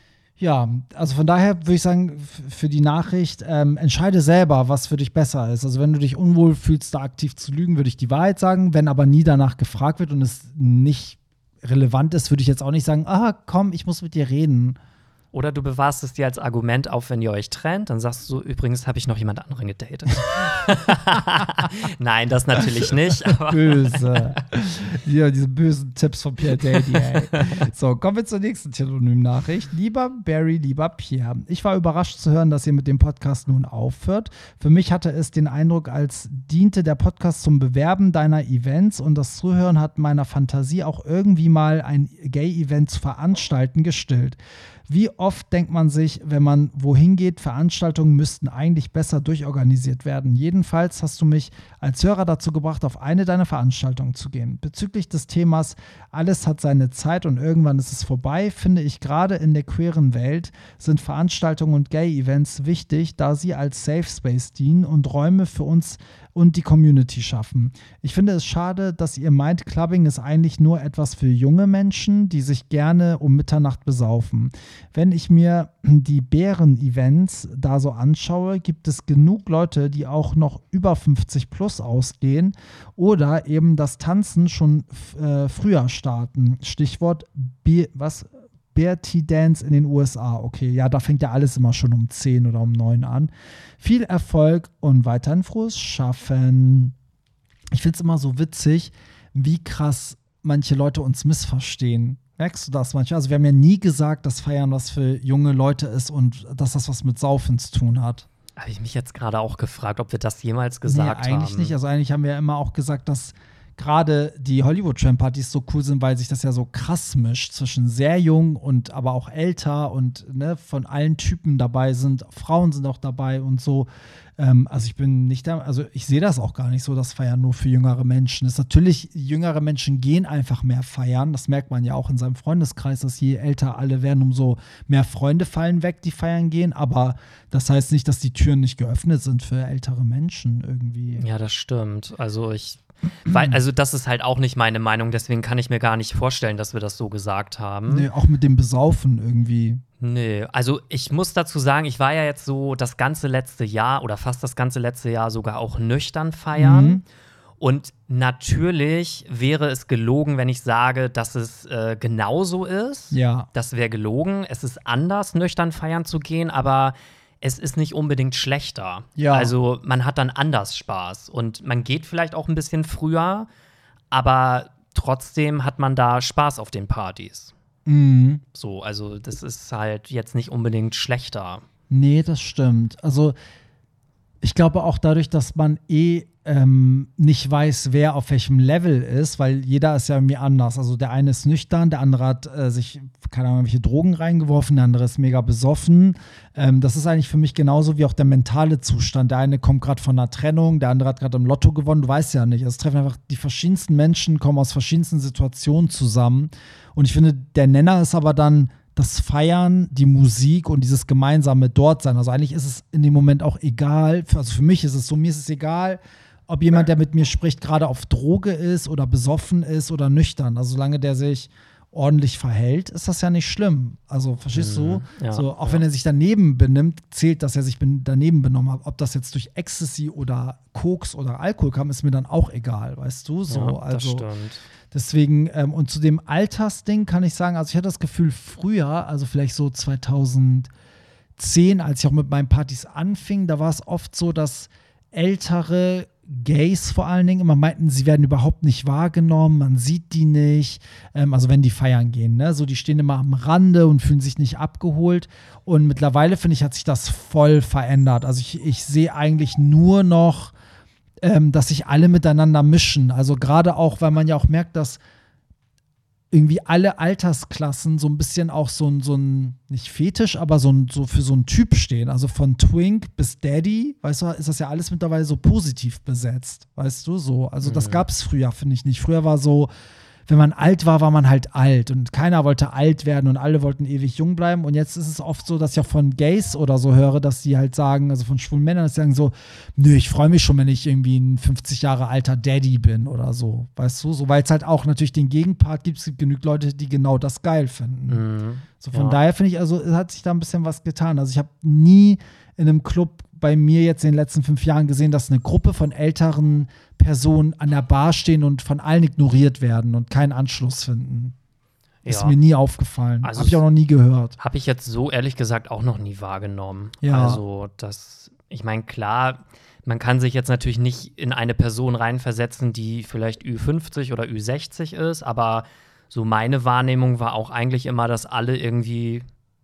Ja, also von daher würde ich sagen, für die Nachricht, entscheide selber, was für dich besser ist. Also wenn du dich unwohl fühlst, da aktiv zu lügen, würde ich die Wahrheit sagen. Wenn aber nie danach gefragt wird und es nicht relevant ist, würde ich jetzt auch nicht sagen, komm, ich muss mit dir reden. Oder du bewahrst es dir als Argument auf, wenn ihr euch trennt. Dann sagst du, übrigens habe ich noch jemand anderen gedatet. Nein, das natürlich nicht. Aber Böse. Ja, diese bösen Tipps von Pierre Daly, ey. So, kommen wir zur nächsten Telonym-Nachricht. Lieber Barry, lieber Pierre, ich war überrascht zu hören, dass ihr mit dem Podcast nun aufhört. Für mich hatte es den Eindruck, als diente der Podcast zum Bewerben deiner Events und das Zuhören hat meiner Fantasie auch irgendwie mal ein Gay-Event zu veranstalten gestillt. Wie oft denkt man sich, wenn man wohin geht, Veranstaltungen müssten eigentlich besser durchorganisiert werden. Jedenfalls hast du mich als Hörer dazu gebracht, auf eine deiner Veranstaltungen zu gehen. Bezüglich des Themas, alles hat seine Zeit und irgendwann ist es vorbei, finde ich gerade in der queeren Welt sind Veranstaltungen und Gay-Events wichtig, da sie als Safe Space dienen und Räume für uns und die Community schaffen. Ich finde es schade, dass ihr meint, Clubbing ist eigentlich nur etwas für junge Menschen, die sich gerne um Mitternacht besaufen. Wenn ich mir die Bären-Events da so anschaue, gibt es genug Leute, die auch noch über 50 plus ausgehen oder eben das Tanzen schon früher starten. Stichwort Bertie Dance in den USA. Okay, ja, da fängt ja alles immer schon um 10 oder um 9 an. Viel Erfolg und weiterhin frohes Schaffen. Ich finde es immer so witzig, wie krass manche Leute uns missverstehen. Merkst du das manchmal? Also wir haben ja nie gesagt, dass Feiern was für junge Leute ist und dass das was mit Saufen zu tun hat. Habe ich mich jetzt gerade auch gefragt, ob wir das jemals gesagt haben. Eigentlich nicht. Also eigentlich haben wir ja immer auch gesagt, dass gerade die Hollywood-Tramp-Partys so cool sind, weil sich das ja so krass mischt zwischen sehr jung und aber auch älter und von allen Typen dabei sind. Frauen sind auch dabei und so. Also ich bin nicht da, also ich sehe das auch gar nicht so, dass Feiern nur für jüngere Menschen ist. Natürlich, jüngere Menschen gehen einfach mehr feiern. Das merkt man ja auch in seinem Freundeskreis, dass je älter alle werden, umso mehr Freunde fallen weg, die feiern gehen. Aber das heißt nicht, dass die Türen nicht geöffnet sind für ältere Menschen irgendwie. Ja, das stimmt. Also das ist halt auch nicht meine Meinung, deswegen kann ich mir gar nicht vorstellen, dass wir das so gesagt haben. Nee, auch mit dem Besaufen irgendwie. Nö, also ich muss dazu sagen, ich war ja jetzt so das ganze letzte Jahr oder fast das ganze letzte Jahr sogar auch nüchtern feiern. Mhm. Und natürlich wäre es gelogen, wenn ich sage, dass es genauso ist. Ja. Das wäre gelogen. Es ist anders, nüchtern feiern zu gehen, aber es ist nicht unbedingt schlechter. Ja. Also man hat dann anders Spaß. Und man geht vielleicht auch ein bisschen früher, aber trotzdem hat man da Spaß auf den Partys. Mhm. So, also das ist halt jetzt nicht unbedingt schlechter. Nee, das stimmt. Also ich glaube auch dadurch, dass man nicht weiß, wer auf welchem Level ist, weil jeder ist ja irgendwie anders. Also der eine ist nüchtern, der andere hat sich, keine Ahnung, welche Drogen reingeworfen, der andere ist mega besoffen. Das ist eigentlich für mich genauso wie auch der mentale Zustand. Der eine kommt gerade von einer Trennung, der andere hat gerade im Lotto gewonnen, du weißt ja nicht. Es treffen einfach die verschiedensten Menschen, kommen aus verschiedensten Situationen zusammen. Und ich finde, der Nenner ist aber dann das Feiern, die Musik und dieses gemeinsame Dortsein. Also eigentlich ist es in dem Moment auch egal, also für mich ist es so, mir ist es egal, ob jemand, der mit mir spricht, gerade auf Droge ist oder besoffen ist oder nüchtern. Also solange der sich ordentlich verhält, ist das ja nicht schlimm. Also verstehst du? Ja, so, auch wenn er sich daneben benimmt, zählt, dass er sich daneben benommen hat. Ob das jetzt durch Ecstasy oder Koks oder Alkohol kam, ist mir dann auch egal, weißt du? So, ja, das also stimmt. deswegen, und zu dem Altersding kann ich sagen, also ich hatte das Gefühl früher, also vielleicht so 2010, als ich auch mit meinen Partys anfing, da war es oft so, dass ältere Gays vor allen Dingen immer meinten, sie werden überhaupt nicht wahrgenommen, man sieht die nicht, also wenn die feiern gehen, ne? So, die stehen immer am Rande und fühlen sich nicht abgeholt. Und mittlerweile, finde ich, hat sich das voll verändert. Also ich sehe eigentlich nur noch, dass sich alle miteinander mischen. Also gerade auch, weil man ja auch merkt, dass irgendwie alle Altersklassen so ein bisschen auch so ein nicht Fetisch, aber so für so einen Typ stehen. Also von Twink bis Daddy, weißt du, ist das ja alles mittlerweile so positiv besetzt, weißt du, so. Also das gab es früher, finde ich nicht. Früher war so, wenn man alt war, war man halt alt und keiner wollte alt werden und alle wollten ewig jung bleiben. Und jetzt ist es oft so, dass ich auch von Gays oder so höre, dass die halt sagen, also von schwulen Männern, dass sie sagen so, nö, ich freue mich schon, wenn ich irgendwie ein 50 Jahre alter Daddy bin oder so, weißt du? So, weil es halt auch natürlich den Gegenpart gibt, es gibt genug Leute, die genau das geil finden. So, von daher finde ich, also es hat sich da ein bisschen was getan. Also ich habe nie in einem Club bei mir jetzt in den letzten 5 Jahren gesehen, dass eine Gruppe von älteren Personen an der Bar stehen und von allen ignoriert werden und keinen Anschluss finden. Ja. Ist mir nie aufgefallen. Also habe ich auch noch nie gehört. Habe ich jetzt so ehrlich gesagt auch noch nie wahrgenommen. Ja. Also ich meine, klar, man kann sich jetzt natürlich nicht in eine Person reinversetzen, die vielleicht Ü50 oder Ü60 ist, aber so meine Wahrnehmung war auch eigentlich immer, dass alle irgendwie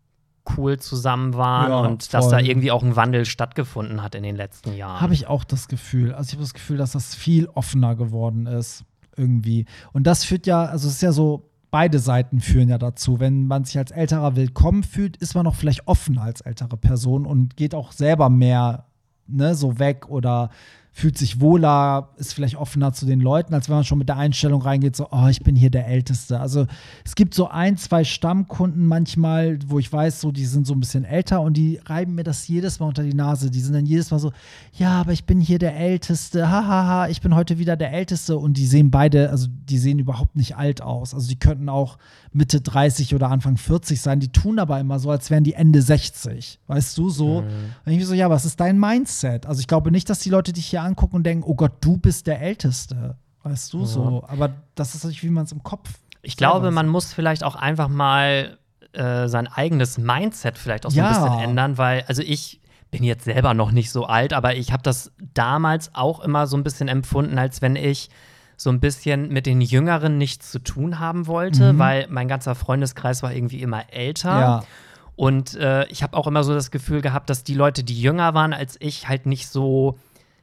cool zusammen waren und dass da irgendwie auch ein Wandel stattgefunden hat in den letzten Jahren. Habe ich auch das Gefühl. Also ich habe das Gefühl, dass das viel offener geworden ist irgendwie. Und das führt ja, also es ist ja so, beide Seiten führen ja dazu. Wenn man sich als älterer willkommen fühlt, ist man auch vielleicht offener als ältere Person und geht auch selber mehr, ne, so weg oder fühlt sich wohler, ist vielleicht offener zu den Leuten, als wenn man schon mit der Einstellung reingeht, so, oh, ich bin hier der Älteste. Also es gibt so 1, 2 Stammkunden manchmal, wo ich weiß, so, die sind so ein bisschen älter und die reiben mir das jedes Mal unter die Nase. Die sind dann jedes Mal so, ja, aber ich bin hier der Älteste, hahaha, ich bin heute wieder der Älteste. Und die sehen beide, also die sehen überhaupt nicht alt aus. Also die könnten auch Mitte 30 oder Anfang 40 sein. Die tun aber immer so, als wären die Ende 60. Weißt du, so. Und ich so, ja, was ist dein Mindset? Also ich glaube nicht, dass die Leute dich hier angucken und denken, oh Gott, du bist der Älteste. Weißt du, so. Aber das ist natürlich, wie man es im Kopf. Ich glaube, man muss vielleicht auch einfach mal sein eigenes Mindset vielleicht auch so ein bisschen ändern, weil, also ich bin jetzt selber noch nicht so alt, aber ich habe das damals auch immer so ein bisschen empfunden, als wenn ich so ein bisschen mit den Jüngeren nichts zu tun haben wollte, weil mein ganzer Freundeskreis war irgendwie immer älter. Ja. Und ich habe auch immer so das Gefühl gehabt, dass die Leute, die jünger waren als ich, halt nicht so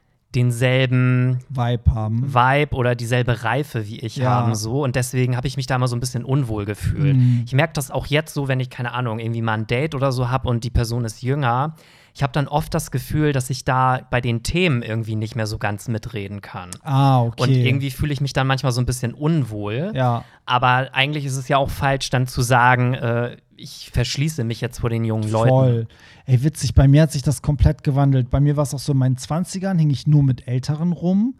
denselben Vibe oder dieselbe Reife wie ich haben so. Und deswegen habe ich mich da immer so ein bisschen unwohl gefühlt. Ich merke das auch jetzt so, wenn ich, keine Ahnung, irgendwie mal ein Date oder so habe und die Person ist jünger. Ich habe dann oft das Gefühl, dass ich da bei den Themen irgendwie nicht mehr so ganz mitreden kann. Ah, okay. Und irgendwie fühle ich mich dann manchmal so ein bisschen unwohl. Ja. Aber eigentlich ist es ja auch falsch, dann zu sagen, ich verschließe mich jetzt vor den jungen Leuten. Voll. Ey, witzig, bei mir hat sich das komplett gewandelt. Bei mir war es auch so, in meinen 20ern hing ich nur mit Älteren rum.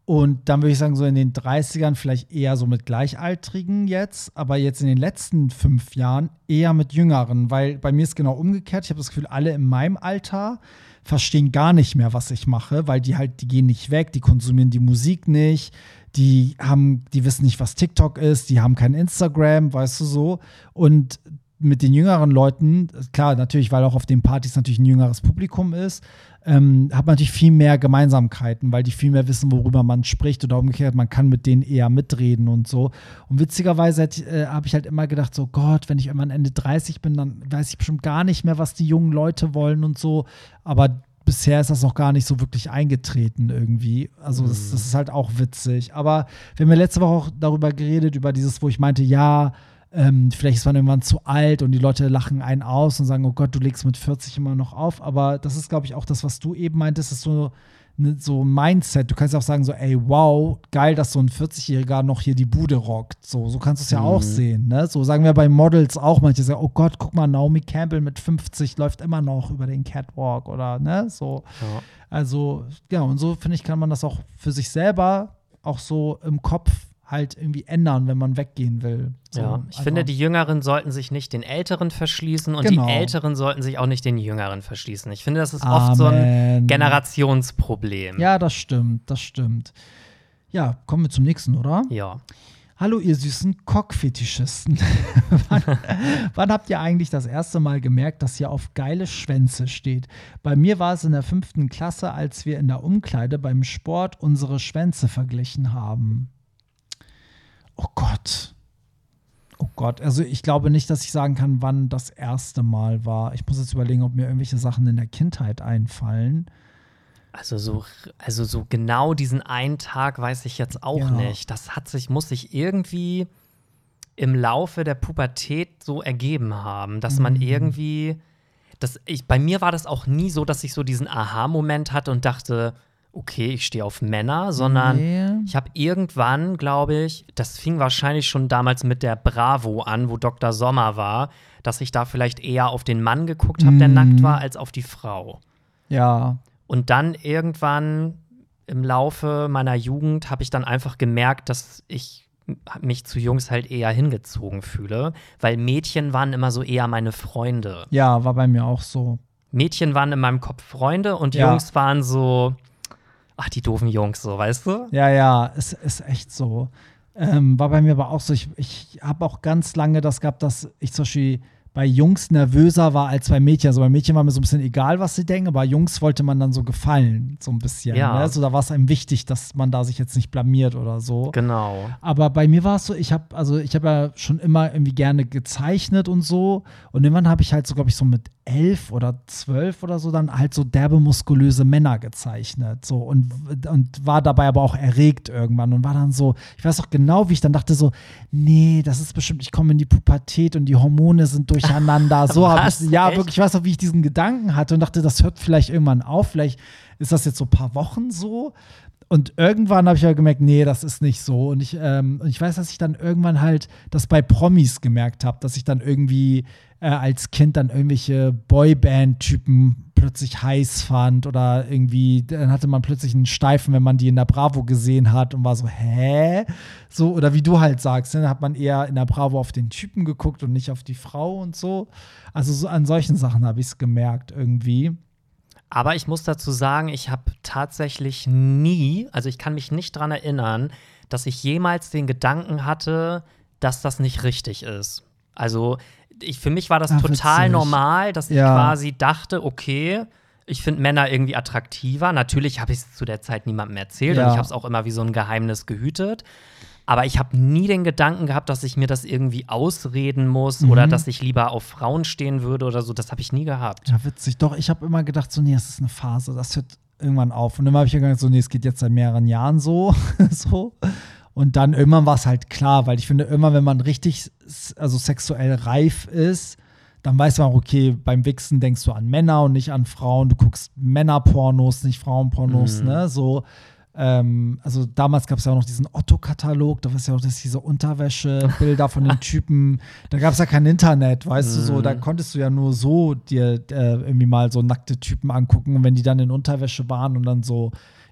Und dann würde ich sagen, so in den 30ern vielleicht eher so mit Gleichaltrigen jetzt, aber jetzt in den letzten 5 Jahren eher mit Jüngeren, weil bei mir ist genau umgekehrt. Ich habe das Gefühl, alle in meinem Alter verstehen gar nicht mehr, was ich mache, weil die gehen nicht weg, die konsumieren die Musik nicht, die wissen nicht, was TikTok ist, die haben kein Instagram, weißt du so. Und mit den jüngeren Leuten, klar, natürlich, weil auch auf den Partys natürlich ein jüngeres Publikum ist, hat man natürlich viel mehr Gemeinsamkeiten, weil die viel mehr wissen, worüber man spricht oder umgekehrt, man kann mit denen eher mitreden und so. Und witzigerweise habe ich halt immer gedacht, so Gott, wenn ich irgendwann Ende 30 bin, dann weiß ich bestimmt gar nicht mehr, was die jungen Leute wollen und so. Aber bisher ist das noch gar nicht so wirklich eingetreten irgendwie. Also das ist halt auch witzig. Aber wir haben ja letzte Woche auch darüber geredet, über dieses, wo ich meinte, ja, vielleicht ist man irgendwann zu alt und die Leute lachen einen aus und sagen, oh Gott, du legst mit 40 immer noch auf. Aber das ist, glaube ich, auch das, was du eben meintest, ist so ein Mindset. Du kannst ja auch sagen so, ey, wow, geil, dass so ein 40-Jähriger noch hier die Bude rockt. So kannst du es ja auch sehen, ne? So sagen wir bei Models auch. Manche sagen, oh Gott, guck mal, Naomi Campbell mit 50 läuft immer noch über den Catwalk oder, ne? So. Ja. Also, ja, und so, finde ich, kann man das auch für sich selber auch so im Kopf halt irgendwie ändern, wenn man weggehen will. So, ja, ich finde, die Jüngeren sollten sich nicht den Älteren verschließen und die Älteren sollten sich auch nicht den Jüngeren verschließen. Ich finde, das ist oft so ein Generationsproblem. Ja, das stimmt. Ja, kommen wir zum nächsten, oder? Ja. Hallo, ihr süßen Cockfetischisten. Wann habt ihr eigentlich das erste Mal gemerkt, dass ihr auf geile Schwänze steht? Bei mir war es in der 5. Klasse, als wir in der Umkleide beim Sport unsere Schwänze verglichen haben. Oh Gott, also ich glaube nicht, dass ich sagen kann, wann das erste Mal war. Ich muss jetzt überlegen, ob mir irgendwelche Sachen in der Kindheit einfallen. Also so genau diesen einen Tag weiß ich jetzt auch nicht. Das muss sich irgendwie im Laufe der Pubertät so ergeben haben, dass man irgendwie, bei mir war das auch nie so, dass ich so diesen Aha-Moment hatte und dachte, okay, ich stehe auf Männer, sondern ich habe irgendwann, glaube ich, das fing wahrscheinlich schon damals mit der Bravo an, wo Dr. Sommer war, dass ich da vielleicht eher auf den Mann geguckt habe, der nackt war, als auf die Frau. Ja. Und dann irgendwann im Laufe meiner Jugend habe ich dann einfach gemerkt, dass ich mich zu Jungs halt eher hingezogen fühle, weil Mädchen waren immer so eher meine Freunde. Ja, war bei mir auch so. Mädchen waren in meinem Kopf Freunde und Jungs waren so ach, die doofen Jungs, so, weißt du? Ja, es ist echt so. War bei mir aber auch so, ich habe auch ganz lange das gehabt, dass ich zum Beispiel bei Jungs nervöser war als bei Mädchen. Also bei Mädchen war mir so ein bisschen egal, was sie denken, aber bei Jungs wollte man dann so gefallen, so ein bisschen. Ja. Ne? Also da war es einem wichtig, dass man da sich jetzt nicht blamiert oder so. Genau. Aber bei mir war es so, ich habe ja schon immer irgendwie gerne gezeichnet und so. Und irgendwann habe ich halt so, glaube ich, so mit 11 oder 12 oder so dann halt so derbe, muskulöse Männer gezeichnet. So und war dabei aber auch erregt irgendwann und war dann so, ich weiß auch genau, wie ich dann dachte so, nee, das ist bestimmt, ich komme in die Pubertät und die Hormone sind durcheinander. So habe ich, wirklich, ich weiß auch, wie ich diesen Gedanken hatte und dachte, das hört vielleicht irgendwann auf, vielleicht ist das jetzt so ein paar Wochen so. Und irgendwann habe ich ja gemerkt, nee, das ist nicht so. Und ich weiß, dass ich dann irgendwann halt das bei Promis gemerkt habe, dass ich dann irgendwie als Kind dann irgendwelche Boyband-Typen plötzlich heiß fand oder irgendwie, dann hatte man plötzlich einen Steifen, wenn man die in der Bravo gesehen hat und war so, hä? So, oder wie du halt sagst, ne, dann hat man eher in der Bravo auf den Typen geguckt und nicht auf die Frau und so. Also so an solchen Sachen habe ich es gemerkt irgendwie. Aber ich muss dazu sagen, ich habe tatsächlich nie, also ich kann mich nicht dran erinnern, dass ich jemals den Gedanken hatte, dass das nicht richtig ist. Also für mich war das total normal, dass ich quasi dachte, okay, ich finde Männer irgendwie attraktiver. Natürlich habe ich es zu der Zeit niemandem erzählt und ich habe es auch immer wie so ein Geheimnis gehütet. Aber ich habe nie den Gedanken gehabt, dass ich mir das irgendwie ausreden muss oder dass ich lieber auf Frauen stehen würde oder so. Das habe ich nie gehabt. Ja, witzig. Doch, ich habe immer gedacht, so, nee, das ist eine Phase, das hört irgendwann auf. Und dann habe ich ja gedacht, so, nee, es geht jetzt seit mehreren Jahren so. so. Und dann irgendwann war es halt klar, weil ich finde, irgendwann, wenn man richtig sexuell reif ist, dann weiß man, okay, beim Wichsen denkst du an Männer und nicht an Frauen. Du guckst Männerpornos, nicht Frauenpornos, ne, so. Also damals gab es ja auch noch diesen Otto-Katalog, da war es ja auch diese Unterwäsche-Bilder von den Typen. Da gab es ja kein Internet, weißt du, so, da konntest du ja nur so dir irgendwie mal so nackte Typen angucken. Und wenn die dann in Unterwäsche waren und dann so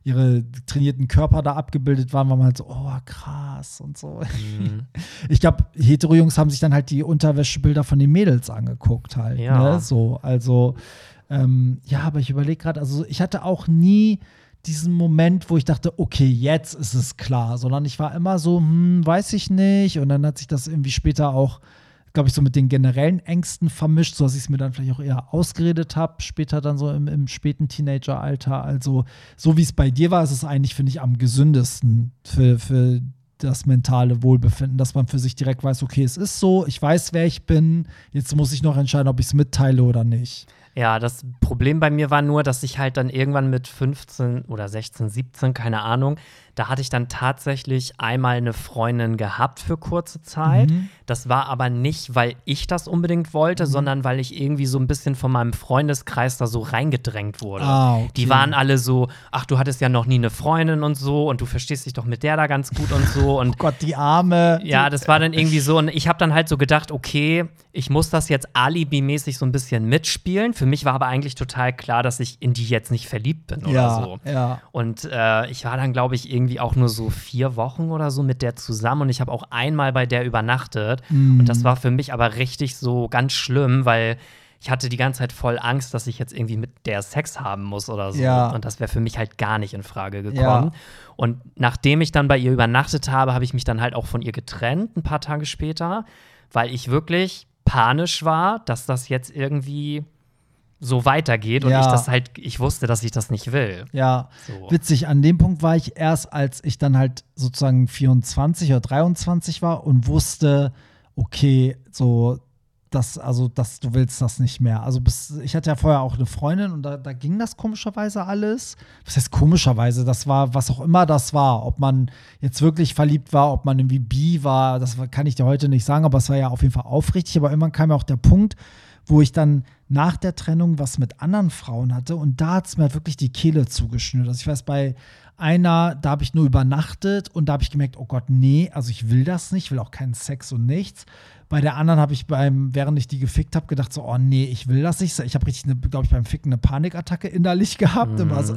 ihre trainierten Körper da abgebildet waren, war man halt so, oh, krass und so. Ich glaube, Hetero-Jungs haben sich dann halt die Unterwäschebilder von den Mädels angeguckt halt. Ja. Ne? So, also, aber ich überlege gerade, also ich hatte auch nie diesen Moment, wo ich dachte, okay, jetzt ist es klar, sondern ich war immer so, weiß ich nicht. Und dann hat sich das irgendwie später auch, glaube ich, so mit den generellen Ängsten vermischt, so dass ich es mir dann vielleicht auch eher ausgeredet habe, später dann so im späten Teenageralter. Also so wie es bei dir war, ist es eigentlich, finde ich, am gesündesten für das mentale Wohlbefinden, dass man für sich direkt weiß, okay, es ist so, ich weiß, wer ich bin, jetzt muss ich noch entscheiden, ob ich es mitteile oder nicht. Ja, das Problem bei mir war nur, dass ich halt dann irgendwann mit 15 oder 16, 17, keine Ahnung, da hatte ich dann tatsächlich einmal eine Freundin gehabt für kurze Zeit. Das war aber nicht, weil ich das unbedingt wollte, sondern weil ich irgendwie so ein bisschen von meinem Freundeskreis da so reingedrängt wurde. Okay. Die waren alle so, ach, du hattest ja noch nie eine Freundin und so und du verstehst dich doch mit der da ganz gut und so. Und oh Gott, die Arme. Ja, das war dann irgendwie so und ich habe dann halt so gedacht, okay, ich muss das jetzt alibimäßig so ein bisschen mitspielen. Für mich war aber eigentlich total klar, dass ich in die jetzt nicht verliebt bin oder so. Ja. Und ich war dann, glaube ich, irgendwie auch nur so 4 Wochen oder so mit der zusammen und ich habe auch einmal bei der übernachtet. Und das war für mich aber richtig so ganz schlimm, weil ich hatte die ganze Zeit voll Angst, dass ich jetzt irgendwie mit der Sex haben muss oder so. Ja. Und das wäre für mich halt gar nicht in Frage gekommen. Ja. Und nachdem ich dann bei ihr übernachtet habe, habe ich mich dann halt auch von ihr getrennt, ein paar Tage später, weil ich wirklich panisch war, dass das jetzt irgendwie so weitergeht und ich wusste, dass ich das nicht will. Ja, so. Witzig, an dem Punkt war ich erst, als ich dann halt sozusagen 24 oder 23 war und wusste, okay, so, du willst das nicht mehr. Also ich hatte ja vorher auch eine Freundin und da ging das komischerweise alles. Was heißt komischerweise? Das war, was auch immer das war. Ob man jetzt wirklich verliebt war, ob man irgendwie bi war, kann ich dir heute nicht sagen, aber es war ja auf jeden Fall aufrichtig. Aber irgendwann kam ja auch der Punkt, wo ich dann nach der Trennung was mit anderen Frauen hatte und da hat es mir halt wirklich die Kehle zugeschnürt. Also ich weiß, bei einer, da habe ich nur übernachtet und da habe ich gemerkt, oh Gott, nee, also ich will das nicht, ich will auch keinen Sex und nichts. Bei der anderen habe ich während ich die gefickt habe, gedacht so, oh nee, ich will das nicht. Ich habe richtig, glaube ich, beim Ficken eine Panikattacke innerlich gehabt. Und war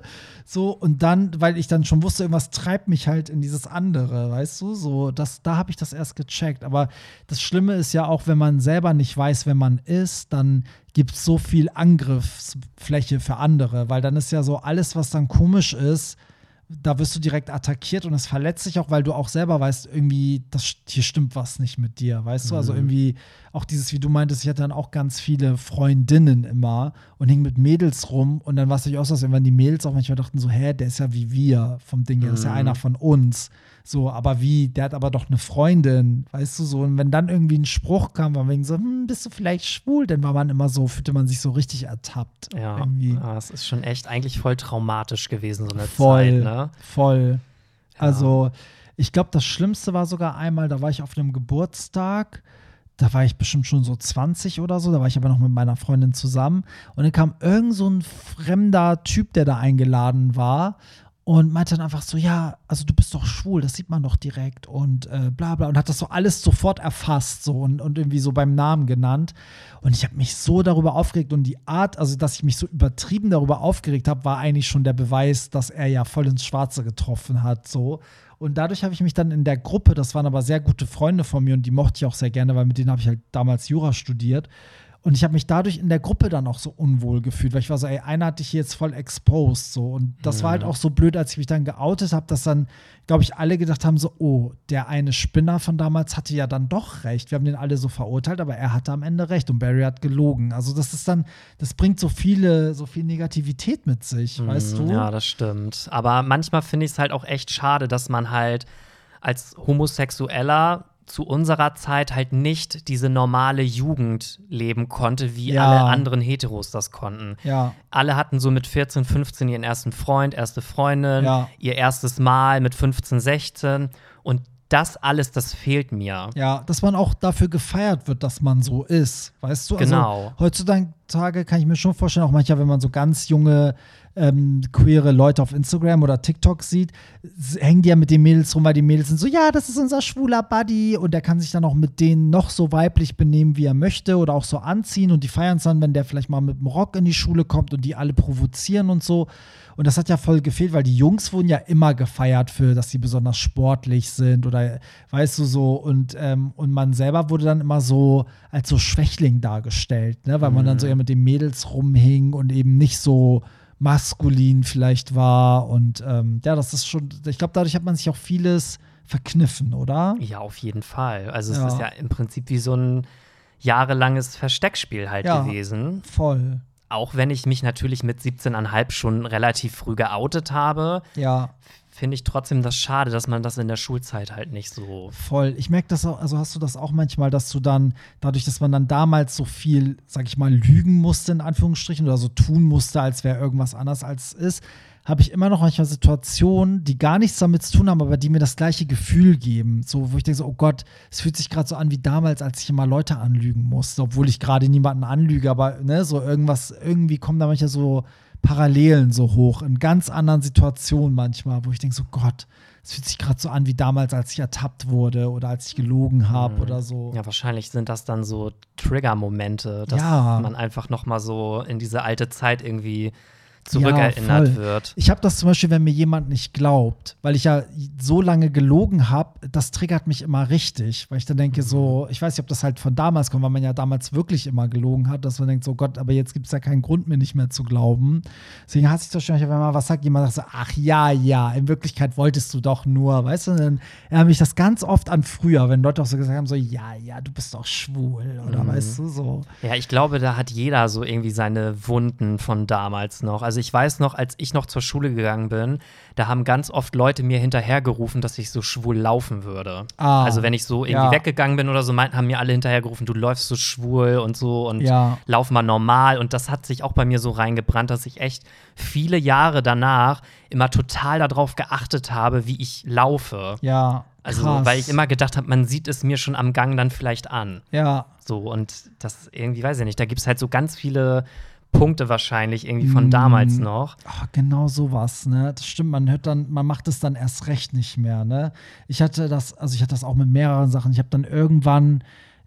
so, und dann, weil ich dann schon wusste, irgendwas treibt mich halt in dieses andere, weißt du? So, da habe ich das erst gecheckt. Aber das Schlimme ist ja auch, wenn man selber nicht weiß, wer man ist, dann gibt es so viel Angriffsfläche für andere. Weil dann ist ja so, alles, was dann komisch ist, da wirst du direkt attackiert und es verletzt dich auch, weil du auch selber weißt, irgendwie, hier stimmt was nicht mit dir, weißt du? Also irgendwie auch dieses, wie du meintest, ich hatte dann auch ganz viele Freundinnen immer und hing mit Mädels rum und dann war es natürlich auch so, dass irgendwann die Mädels auch manchmal dachten so, der ist ja wie wir vom Ding her, das ist ja einer von uns. So, aber wie, der hat aber doch eine Freundin, weißt du, so. Und wenn dann irgendwie ein Spruch kam, war wegen so, bist du vielleicht schwul? Dann war man immer so, fühlte man sich so richtig ertappt. Ja, irgendwie. Es ist schon echt eigentlich voll traumatisch gewesen, so eine Zeit, ne? Voll. Ja. Also, ich glaube, das Schlimmste war sogar einmal, da war ich auf einem Geburtstag, da war ich bestimmt schon so 20 oder so, da war ich aber noch mit meiner Freundin zusammen und dann kam irgend so ein fremder Typ, der da eingeladen war und meinte dann einfach so, ja, also du bist doch schwul, das sieht man doch direkt und bla bla und hat das so alles sofort erfasst so und irgendwie so beim Namen genannt und ich habe mich so darüber aufgeregt und die Art, also dass ich mich so übertrieben darüber aufgeregt habe, war eigentlich schon der Beweis, dass er ja voll ins Schwarze getroffen hat so. Und dadurch habe ich mich dann in der Gruppe, das waren aber sehr gute Freunde von mir und die mochte ich auch sehr gerne, weil mit denen habe ich halt damals Jura studiert. Und ich habe mich dadurch in der Gruppe dann auch so unwohl gefühlt, weil ich war so, einer hat dich hier jetzt voll exposed. So. Und das war halt auch so blöd, als ich mich dann geoutet habe, dass dann, glaube ich, alle gedacht haben so, oh, der eine Spinner von damals hatte ja dann doch recht. Wir haben den alle so verurteilt, aber er hatte am Ende recht und Barry hat gelogen. Also das ist dann, das bringt so viel Negativität mit sich, weißt du? Ja, das stimmt. Aber manchmal finde ich es halt auch echt schade, dass man halt als Homosexueller zu unserer Zeit halt nicht diese normale Jugend leben konnte, wie alle anderen Heteros das konnten. Ja. Alle hatten so mit 14, 15 ihren ersten Freund, erste Freundin, ihr erstes Mal mit 15, 16 und das alles, das fehlt mir. Ja, dass man auch dafür gefeiert wird, dass man so ist, weißt du? Genau. Also, heutzutage kann ich mir schon vorstellen, auch manchmal, wenn man so ganz junge queere Leute auf Instagram oder TikTok sieht, hängen die ja mit den Mädels rum, weil die Mädels sind so, ja, das ist unser schwuler Buddy und der kann sich dann auch mit denen noch so weiblich benehmen, wie er möchte oder auch so anziehen und die feiern es dann, wenn der vielleicht mal mit dem Rock in die Schule kommt und die alle provozieren und so. Und das hat ja voll gefehlt, weil die Jungs wurden ja immer gefeiert für, dass sie besonders sportlich sind oder weißt du so. Und man selber wurde dann immer so als so Schwächling dargestellt, ne? Weil man dann so eher mit den Mädels rumhing und eben nicht so maskulin vielleicht war. Und das ist schon, ich glaube, dadurch hat man sich auch vieles verkniffen, oder? Ja, auf jeden Fall. Also es ist ja im Prinzip wie so ein jahrelanges Versteckspiel halt gewesen. Voll. Auch wenn ich mich natürlich mit 17,5 schon relativ früh geoutet habe, finde ich trotzdem das schade, dass man das in der Schulzeit halt nicht so. Voll. Ich merke das auch, also hast du das auch manchmal, dass du dann, dadurch, dass man dann damals so viel, sag ich mal, lügen musste, in Anführungsstrichen, oder so tun musste, als wäre irgendwas anders als es ist, habe ich immer noch manchmal Situationen, die gar nichts damit zu tun haben, aber die mir das gleiche Gefühl geben. So, wo ich denke so, oh Gott, es fühlt sich gerade so an wie damals, als ich immer Leute anlügen musste, obwohl ich gerade niemanden anlüge, aber ne, so irgendwie kommen da manchmal so Parallelen so hoch, in ganz anderen Situationen manchmal, wo ich denke so, Gott, es fühlt sich gerade so an wie damals, als ich ertappt wurde oder als ich gelogen habe oder so. Ja, wahrscheinlich sind das dann so Trigger-Momente, dass man einfach noch mal so in diese alte Zeit irgendwie zurückerinnert wird. Ich habe das zum Beispiel, wenn mir jemand nicht glaubt, weil ich ja so lange gelogen habe, das triggert mich immer richtig, weil ich dann denke so, ich weiß nicht, ob das halt von damals kommt, weil man ja damals wirklich immer gelogen hat, dass man denkt so, Gott, aber jetzt gibt es ja keinen Grund, mir nicht mehr zu glauben. Deswegen hasse ich das schon, wenn man was sagt, jemand sagt so, ach ja, in Wirklichkeit wolltest du doch nur, weißt du, und dann erinnere mich das ganz oft an früher, wenn Leute auch so gesagt haben, so, ja, du bist doch schwul, oder weißt du, so. Ja, ich glaube, da hat jeder so irgendwie seine Wunden von damals noch. Also ich weiß noch, als ich noch zur Schule gegangen bin, da haben ganz oft Leute mir hinterhergerufen, dass ich so schwul laufen würde. Also wenn ich so irgendwie weggegangen bin oder so, haben mir alle hinterhergerufen, du läufst so schwul und so und lauf mal normal. Und das hat sich auch bei mir so reingebrannt, dass ich echt viele Jahre danach immer total darauf geachtet habe, wie ich laufe. Ja. Also, weil ich immer gedacht habe, man sieht es mir schon am Gang dann vielleicht an. Ja. So, und das irgendwie, weiß ich nicht, da gibt es halt so ganz viele Punkte wahrscheinlich irgendwie von damals noch. Oh, genau sowas, ne? Das stimmt, man macht es dann erst recht nicht mehr, ne? Ich hatte das auch mit mehreren Sachen. Ich habe dann irgendwann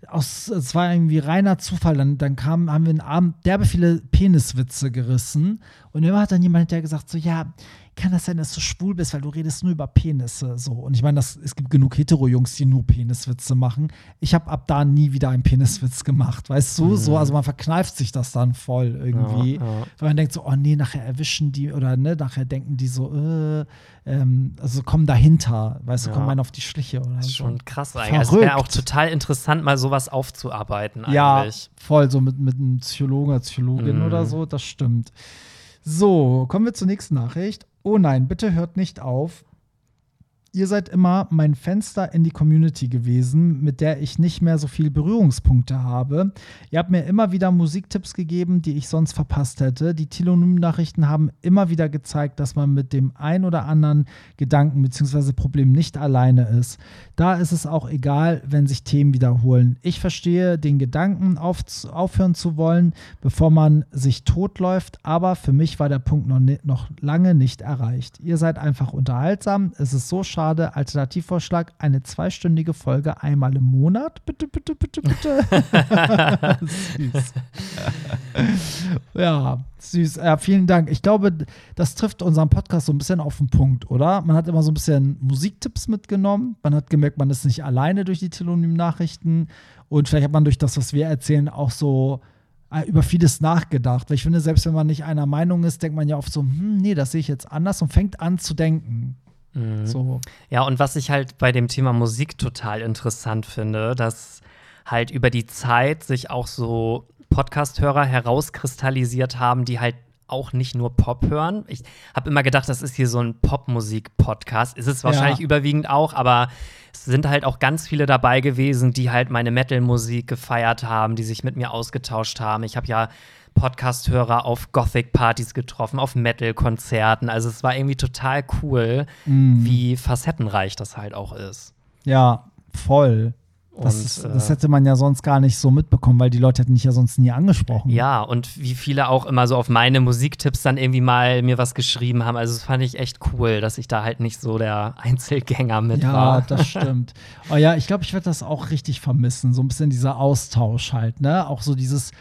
es war irgendwie reiner Zufall, dann haben wir einen Abend derbe viele Peniswitze gerissen und immer hat dann jemand, der gesagt so, ja, kann das sein, dass du schwul bist, weil du redest nur über Penisse, so. Und ich meine, es gibt genug Hetero-Jungs, die nur Peniswitze machen. Ich habe ab da nie wieder einen Peniswitz gemacht, weißt du? So, also man verkneift sich das dann voll irgendwie, weil man denkt so, oh nee, nachher erwischen die oder ne, nachher denken die so, also kommen dahinter, weißt du, kommen einen auf die Schliche oder so. Das ist schon krass eigentlich. Also es wäre auch total interessant, mal sowas aufzuarbeiten eigentlich. Ja, voll, so mit einem Psychologen oder Psychologin oder so, das stimmt. So, kommen wir zur nächsten Nachricht. Oh nein, bitte hört nicht auf. Ihr seid immer mein Fenster in die Community gewesen, mit der ich nicht mehr so viel Berührungspunkte habe. Ihr habt mir immer wieder Musiktipps gegeben, die ich sonst verpasst hätte. Die Telonym-Nachrichten haben immer wieder gezeigt, dass man mit dem ein oder anderen Gedanken bzw. Problem nicht alleine ist. Da ist es auch egal, wenn sich Themen wiederholen. Ich verstehe den Gedanken, aufhören zu wollen, bevor man sich totläuft, aber für mich war der Punkt noch lange nicht erreicht. Ihr seid einfach unterhaltsam. Es ist so schade. Alternativvorschlag, eine 2-stündige Folge einmal im Monat. Bitte, bitte, bitte, bitte. Süß. Ja, süß. Ja, vielen Dank. Ich glaube, das trifft unseren Podcast so ein bisschen auf den Punkt, oder? Man hat immer so ein bisschen Musiktipps mitgenommen. Man hat gemerkt, man ist nicht alleine durch die Telonym-Nachrichten. Und vielleicht hat man durch das, was wir erzählen, auch so über vieles nachgedacht. Weil ich finde, selbst wenn man nicht einer Meinung ist, denkt man ja oft so, nee, das sehe ich jetzt anders und fängt an zu denken. So. Ja, und was ich halt bei dem Thema Musik total interessant finde, dass halt über die Zeit sich auch so Podcast-Hörer herauskristallisiert haben, die halt auch nicht nur Pop hören. Ich habe immer gedacht, das ist hier so ein Popmusik-Podcast. Ist es wahrscheinlich überwiegend auch, aber es sind halt auch ganz viele dabei gewesen, die halt meine Metal-Musik gefeiert haben, die sich mit mir ausgetauscht haben. Ich habe ja Podcast-Hörer auf Gothic-Partys getroffen, auf Metal-Konzerten. Also es war irgendwie total cool, wie facettenreich das halt auch ist. Ja, voll. Das hätte man ja sonst gar nicht so mitbekommen, weil die Leute hätten dich ja sonst nie angesprochen. Ja, und wie viele auch immer so auf meine Musiktipps dann irgendwie mal mir was geschrieben haben. Also das fand ich echt cool, dass ich da halt nicht so der Einzelgänger mit war. Ja, das stimmt. Oh ja, ich glaube, ich werde das auch richtig vermissen. So ein bisschen dieser Austausch halt, ne? Auch so dieses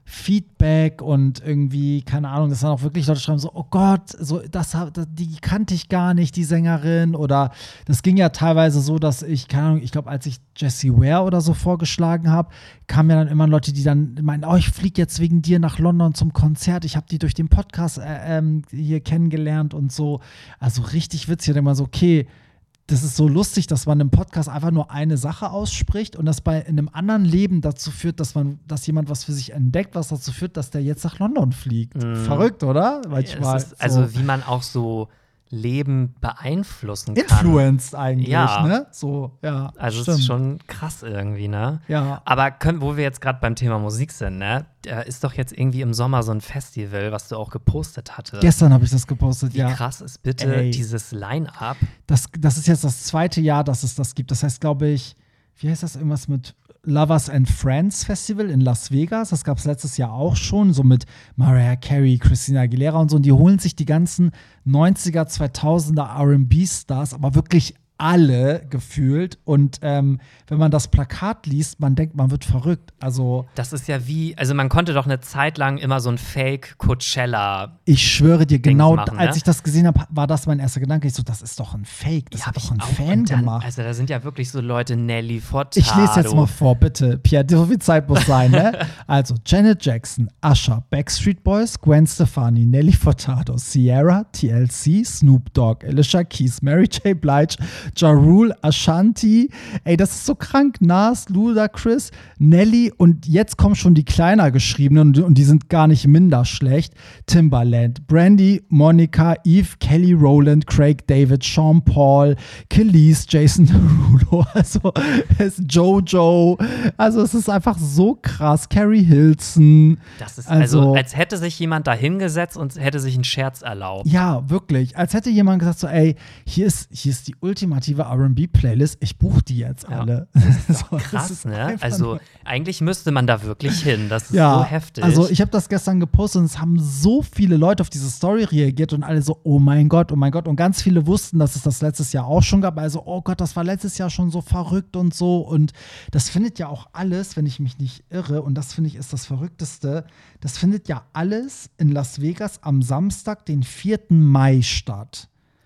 Feedback und irgendwie, keine Ahnung, dass dann auch wirklich Leute schreiben so, oh Gott, so, die kannte ich gar nicht, die Sängerin. Oder das ging ja teilweise so, dass ich, keine Ahnung, ich glaube, als ich Jessie Ware oder so vorgeschlagen habe, kamen ja dann immer Leute, die dann meinen, oh, ich fliege jetzt wegen dir nach London zum Konzert, ich habe die durch den Podcast hier kennengelernt und so. Also richtig witzig. Und immer so, okay, das ist so lustig, dass man im Podcast einfach nur eine Sache ausspricht und das in einem anderen Leben dazu führt, dass jemand was für sich entdeckt, was dazu führt, dass der jetzt nach London fliegt. Verrückt, oder? Manchmal. Also wie man auch so Leben beeinflussen kann. Influenced eigentlich, ne? So, ja. Also es ist schon krass irgendwie, ne? Ja. Aber wo wir jetzt gerade beim Thema Musik sind, ne? Da ist doch jetzt irgendwie im Sommer so ein Festival, was du auch gepostet hattest. Gestern habe ich das gepostet, Wie krass ist bitte dieses Line-Up? Das ist jetzt das 2. Jahr, dass es das gibt. Das heißt, glaube ich, wie heißt das, irgendwas mit Lovers and Friends Festival in Las Vegas. Das gab es letztes Jahr auch schon, so mit Mariah Carey, Christina Aguilera und so. Und die holen sich die ganzen 90er, 2000er R&B-Stars, aber wirklich alle gefühlt. Und wenn man das Plakat liest, man denkt, man wird verrückt. Also das ist ja also man konnte doch eine Zeit lang immer so ein Fake-Coachella. Ich schwöre dir, genau machen, als ich das gesehen habe, war das mein erster Gedanke. Ich so, das ist doch ein Fake. Das hat doch ein Fan gemacht. Also da sind ja wirklich so Leute, Nelly Furtado. Ich lese jetzt mal vor, bitte. Pierre, so viel Zeit muss sein, ne? Also Janet Jackson, Usher, Backstreet Boys, Gwen Stefani, Nelly Furtado, Ciara, TLC, Snoop Dogg, Alicia Keys, Mary J. Blige, Ja Rule, Ashanti, ey, das ist so krank, Nas, Ludacris, Nelly und jetzt kommen schon die kleiner geschriebenen und die sind gar nicht minder schlecht. Timbaland, Brandy, Monica, Eve, Kelly Rowland, Craig David, Sean Paul, Kelis, Jason Derulo, also es ist Jojo, also es ist einfach so krass. Carrie Hilson. Das ist also als hätte sich jemand da hingesetzt und hätte sich einen Scherz erlaubt. Ja, wirklich. Als hätte jemand gesagt so, ey, hier ist die ultimative R&B-Playlist, ich buche die jetzt alle. Das ist so, krass, ne? Also eigentlich müsste man da wirklich hin. Das ist so heftig. Also ich habe das gestern gepostet und es haben so viele Leute auf diese Story reagiert und alle so, oh mein Gott. Und ganz viele wussten, dass es das letztes Jahr auch schon gab. Also, oh Gott, das war letztes Jahr schon so verrückt und so. Und das findet ja auch alles, wenn ich mich nicht irre, und das finde ich ist das Verrückteste, das findet ja alles in Las Vegas am Samstag, den 4. Mai statt.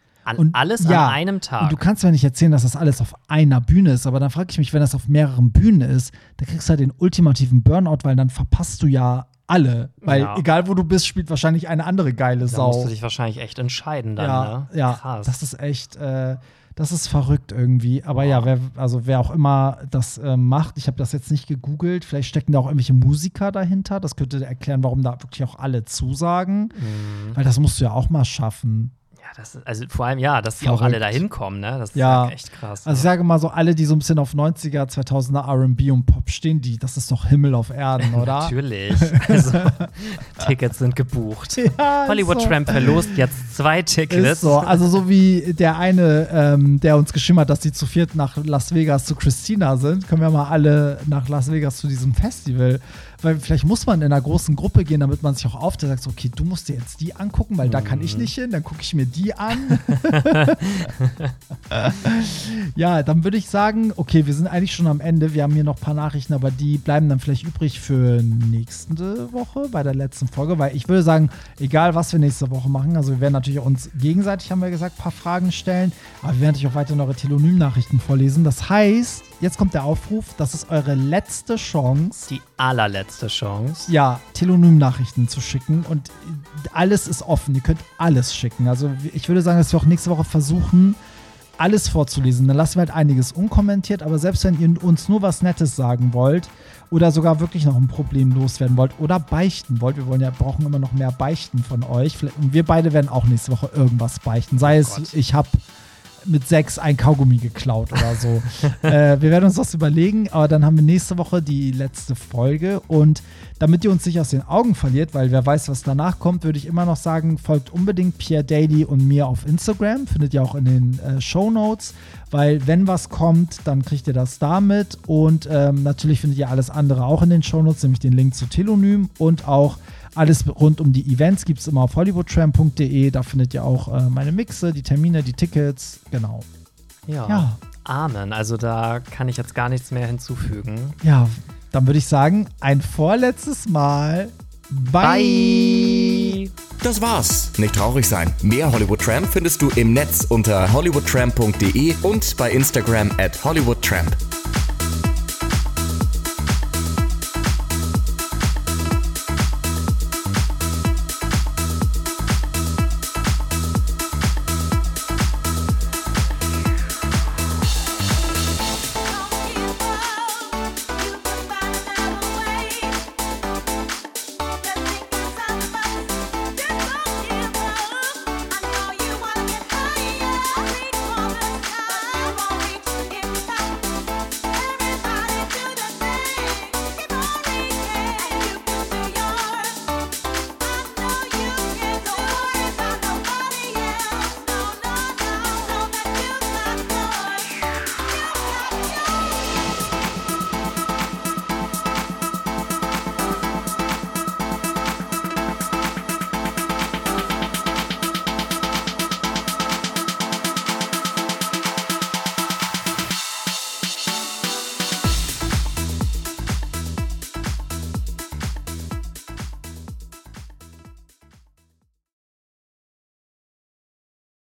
Alles an einem Tag. Und du kannst mir nicht erzählen, dass das alles auf einer Bühne ist, aber dann frage ich mich, wenn das auf mehreren Bühnen ist, dann kriegst du halt den ultimativen Burnout, weil dann verpasst du ja alle. Weil egal wo du bist, spielt wahrscheinlich eine andere geile Sau. Da musst du dich wahrscheinlich echt entscheiden dann, ne? Ja, krass. Das ist echt, das ist verrückt irgendwie. Aber wer auch immer das macht, ich habe das jetzt nicht gegoogelt, vielleicht stecken da auch irgendwelche Musiker dahinter. Das könnte erklären, warum da wirklich auch alle zusagen. Weil das musst du ja auch mal schaffen. Das ist, also vor allem, dass die auch alle da hinkommen, ne? Das ist ja echt krass. Also ich sage mal so, alle, die so ein bisschen auf 90er, 2000er R&B und Pop stehen, das ist doch Himmel auf Erden, oder? Natürlich. Also, Tickets sind gebucht. Ja, Hollywood Tramp verlost jetzt 2 Tickets. Ist so. Also so wie der eine, der uns geschrieben hat, dass die zu viert nach Las Vegas zu Christina sind, können wir mal alle nach Las Vegas zu diesem Festival. Weil vielleicht muss man in einer großen Gruppe gehen, damit man sich auch aufteilt, sagt so, okay, du musst dir jetzt die angucken, weil da kann ich nicht hin, dann gucke ich mir die an. Ja, dann würde ich sagen, okay, wir sind eigentlich schon am Ende, wir haben hier noch ein paar Nachrichten, aber die bleiben dann vielleicht übrig für nächste Woche, bei der letzten Folge, weil ich würde sagen, egal was wir nächste Woche machen, also wir werden natürlich uns gegenseitig, haben wir gesagt, ein paar Fragen stellen, aber wir werden natürlich auch weiterhin eure Telonym-Nachrichten vorlesen. Das heißt, jetzt kommt der Aufruf, das ist eure letzte Chance. Die allerletzte Chance. Ja, Telonym-Nachrichten zu schicken und alles ist offen. Ihr könnt alles schicken. Also ich würde sagen, dass wir auch nächste Woche versuchen, alles vorzulesen. Dann lassen wir halt einiges unkommentiert, aber selbst wenn ihr uns nur was Nettes sagen wollt oder sogar wirklich noch ein Problem loswerden wollt oder beichten wollt, wir brauchen immer noch mehr Beichten von euch. Und wir beide werden auch nächste Woche irgendwas beichten. Sei es, ich habe mit 6 ein Kaugummi geklaut oder so. Wir werden uns das überlegen, aber dann haben wir nächste Woche die letzte Folge und damit ihr uns nicht aus den Augen verliert, weil wer weiß, was danach kommt, würde ich immer noch sagen, folgt unbedingt Pierre Daly und mir auf Instagram, findet ihr auch in den Shownotes, weil wenn was kommt, dann kriegt ihr das damit und natürlich findet ihr alles andere auch in den Shownotes, nämlich den Link zu Telonym und auch alles rund um die Events gibt es immer auf hollywoodtramp.de. Da findet ihr auch meine Mixe, die Termine, die Tickets. Genau. Ja. Amen. Also da kann ich jetzt gar nichts mehr hinzufügen. Ja, Dann würde ich sagen, ein vorletztes Mal. Bye. Das war's. Nicht traurig sein. Mehr Hollywood Tramp findest du im Netz unter hollywoodtramp.de und bei Instagram @hollywoodtramp.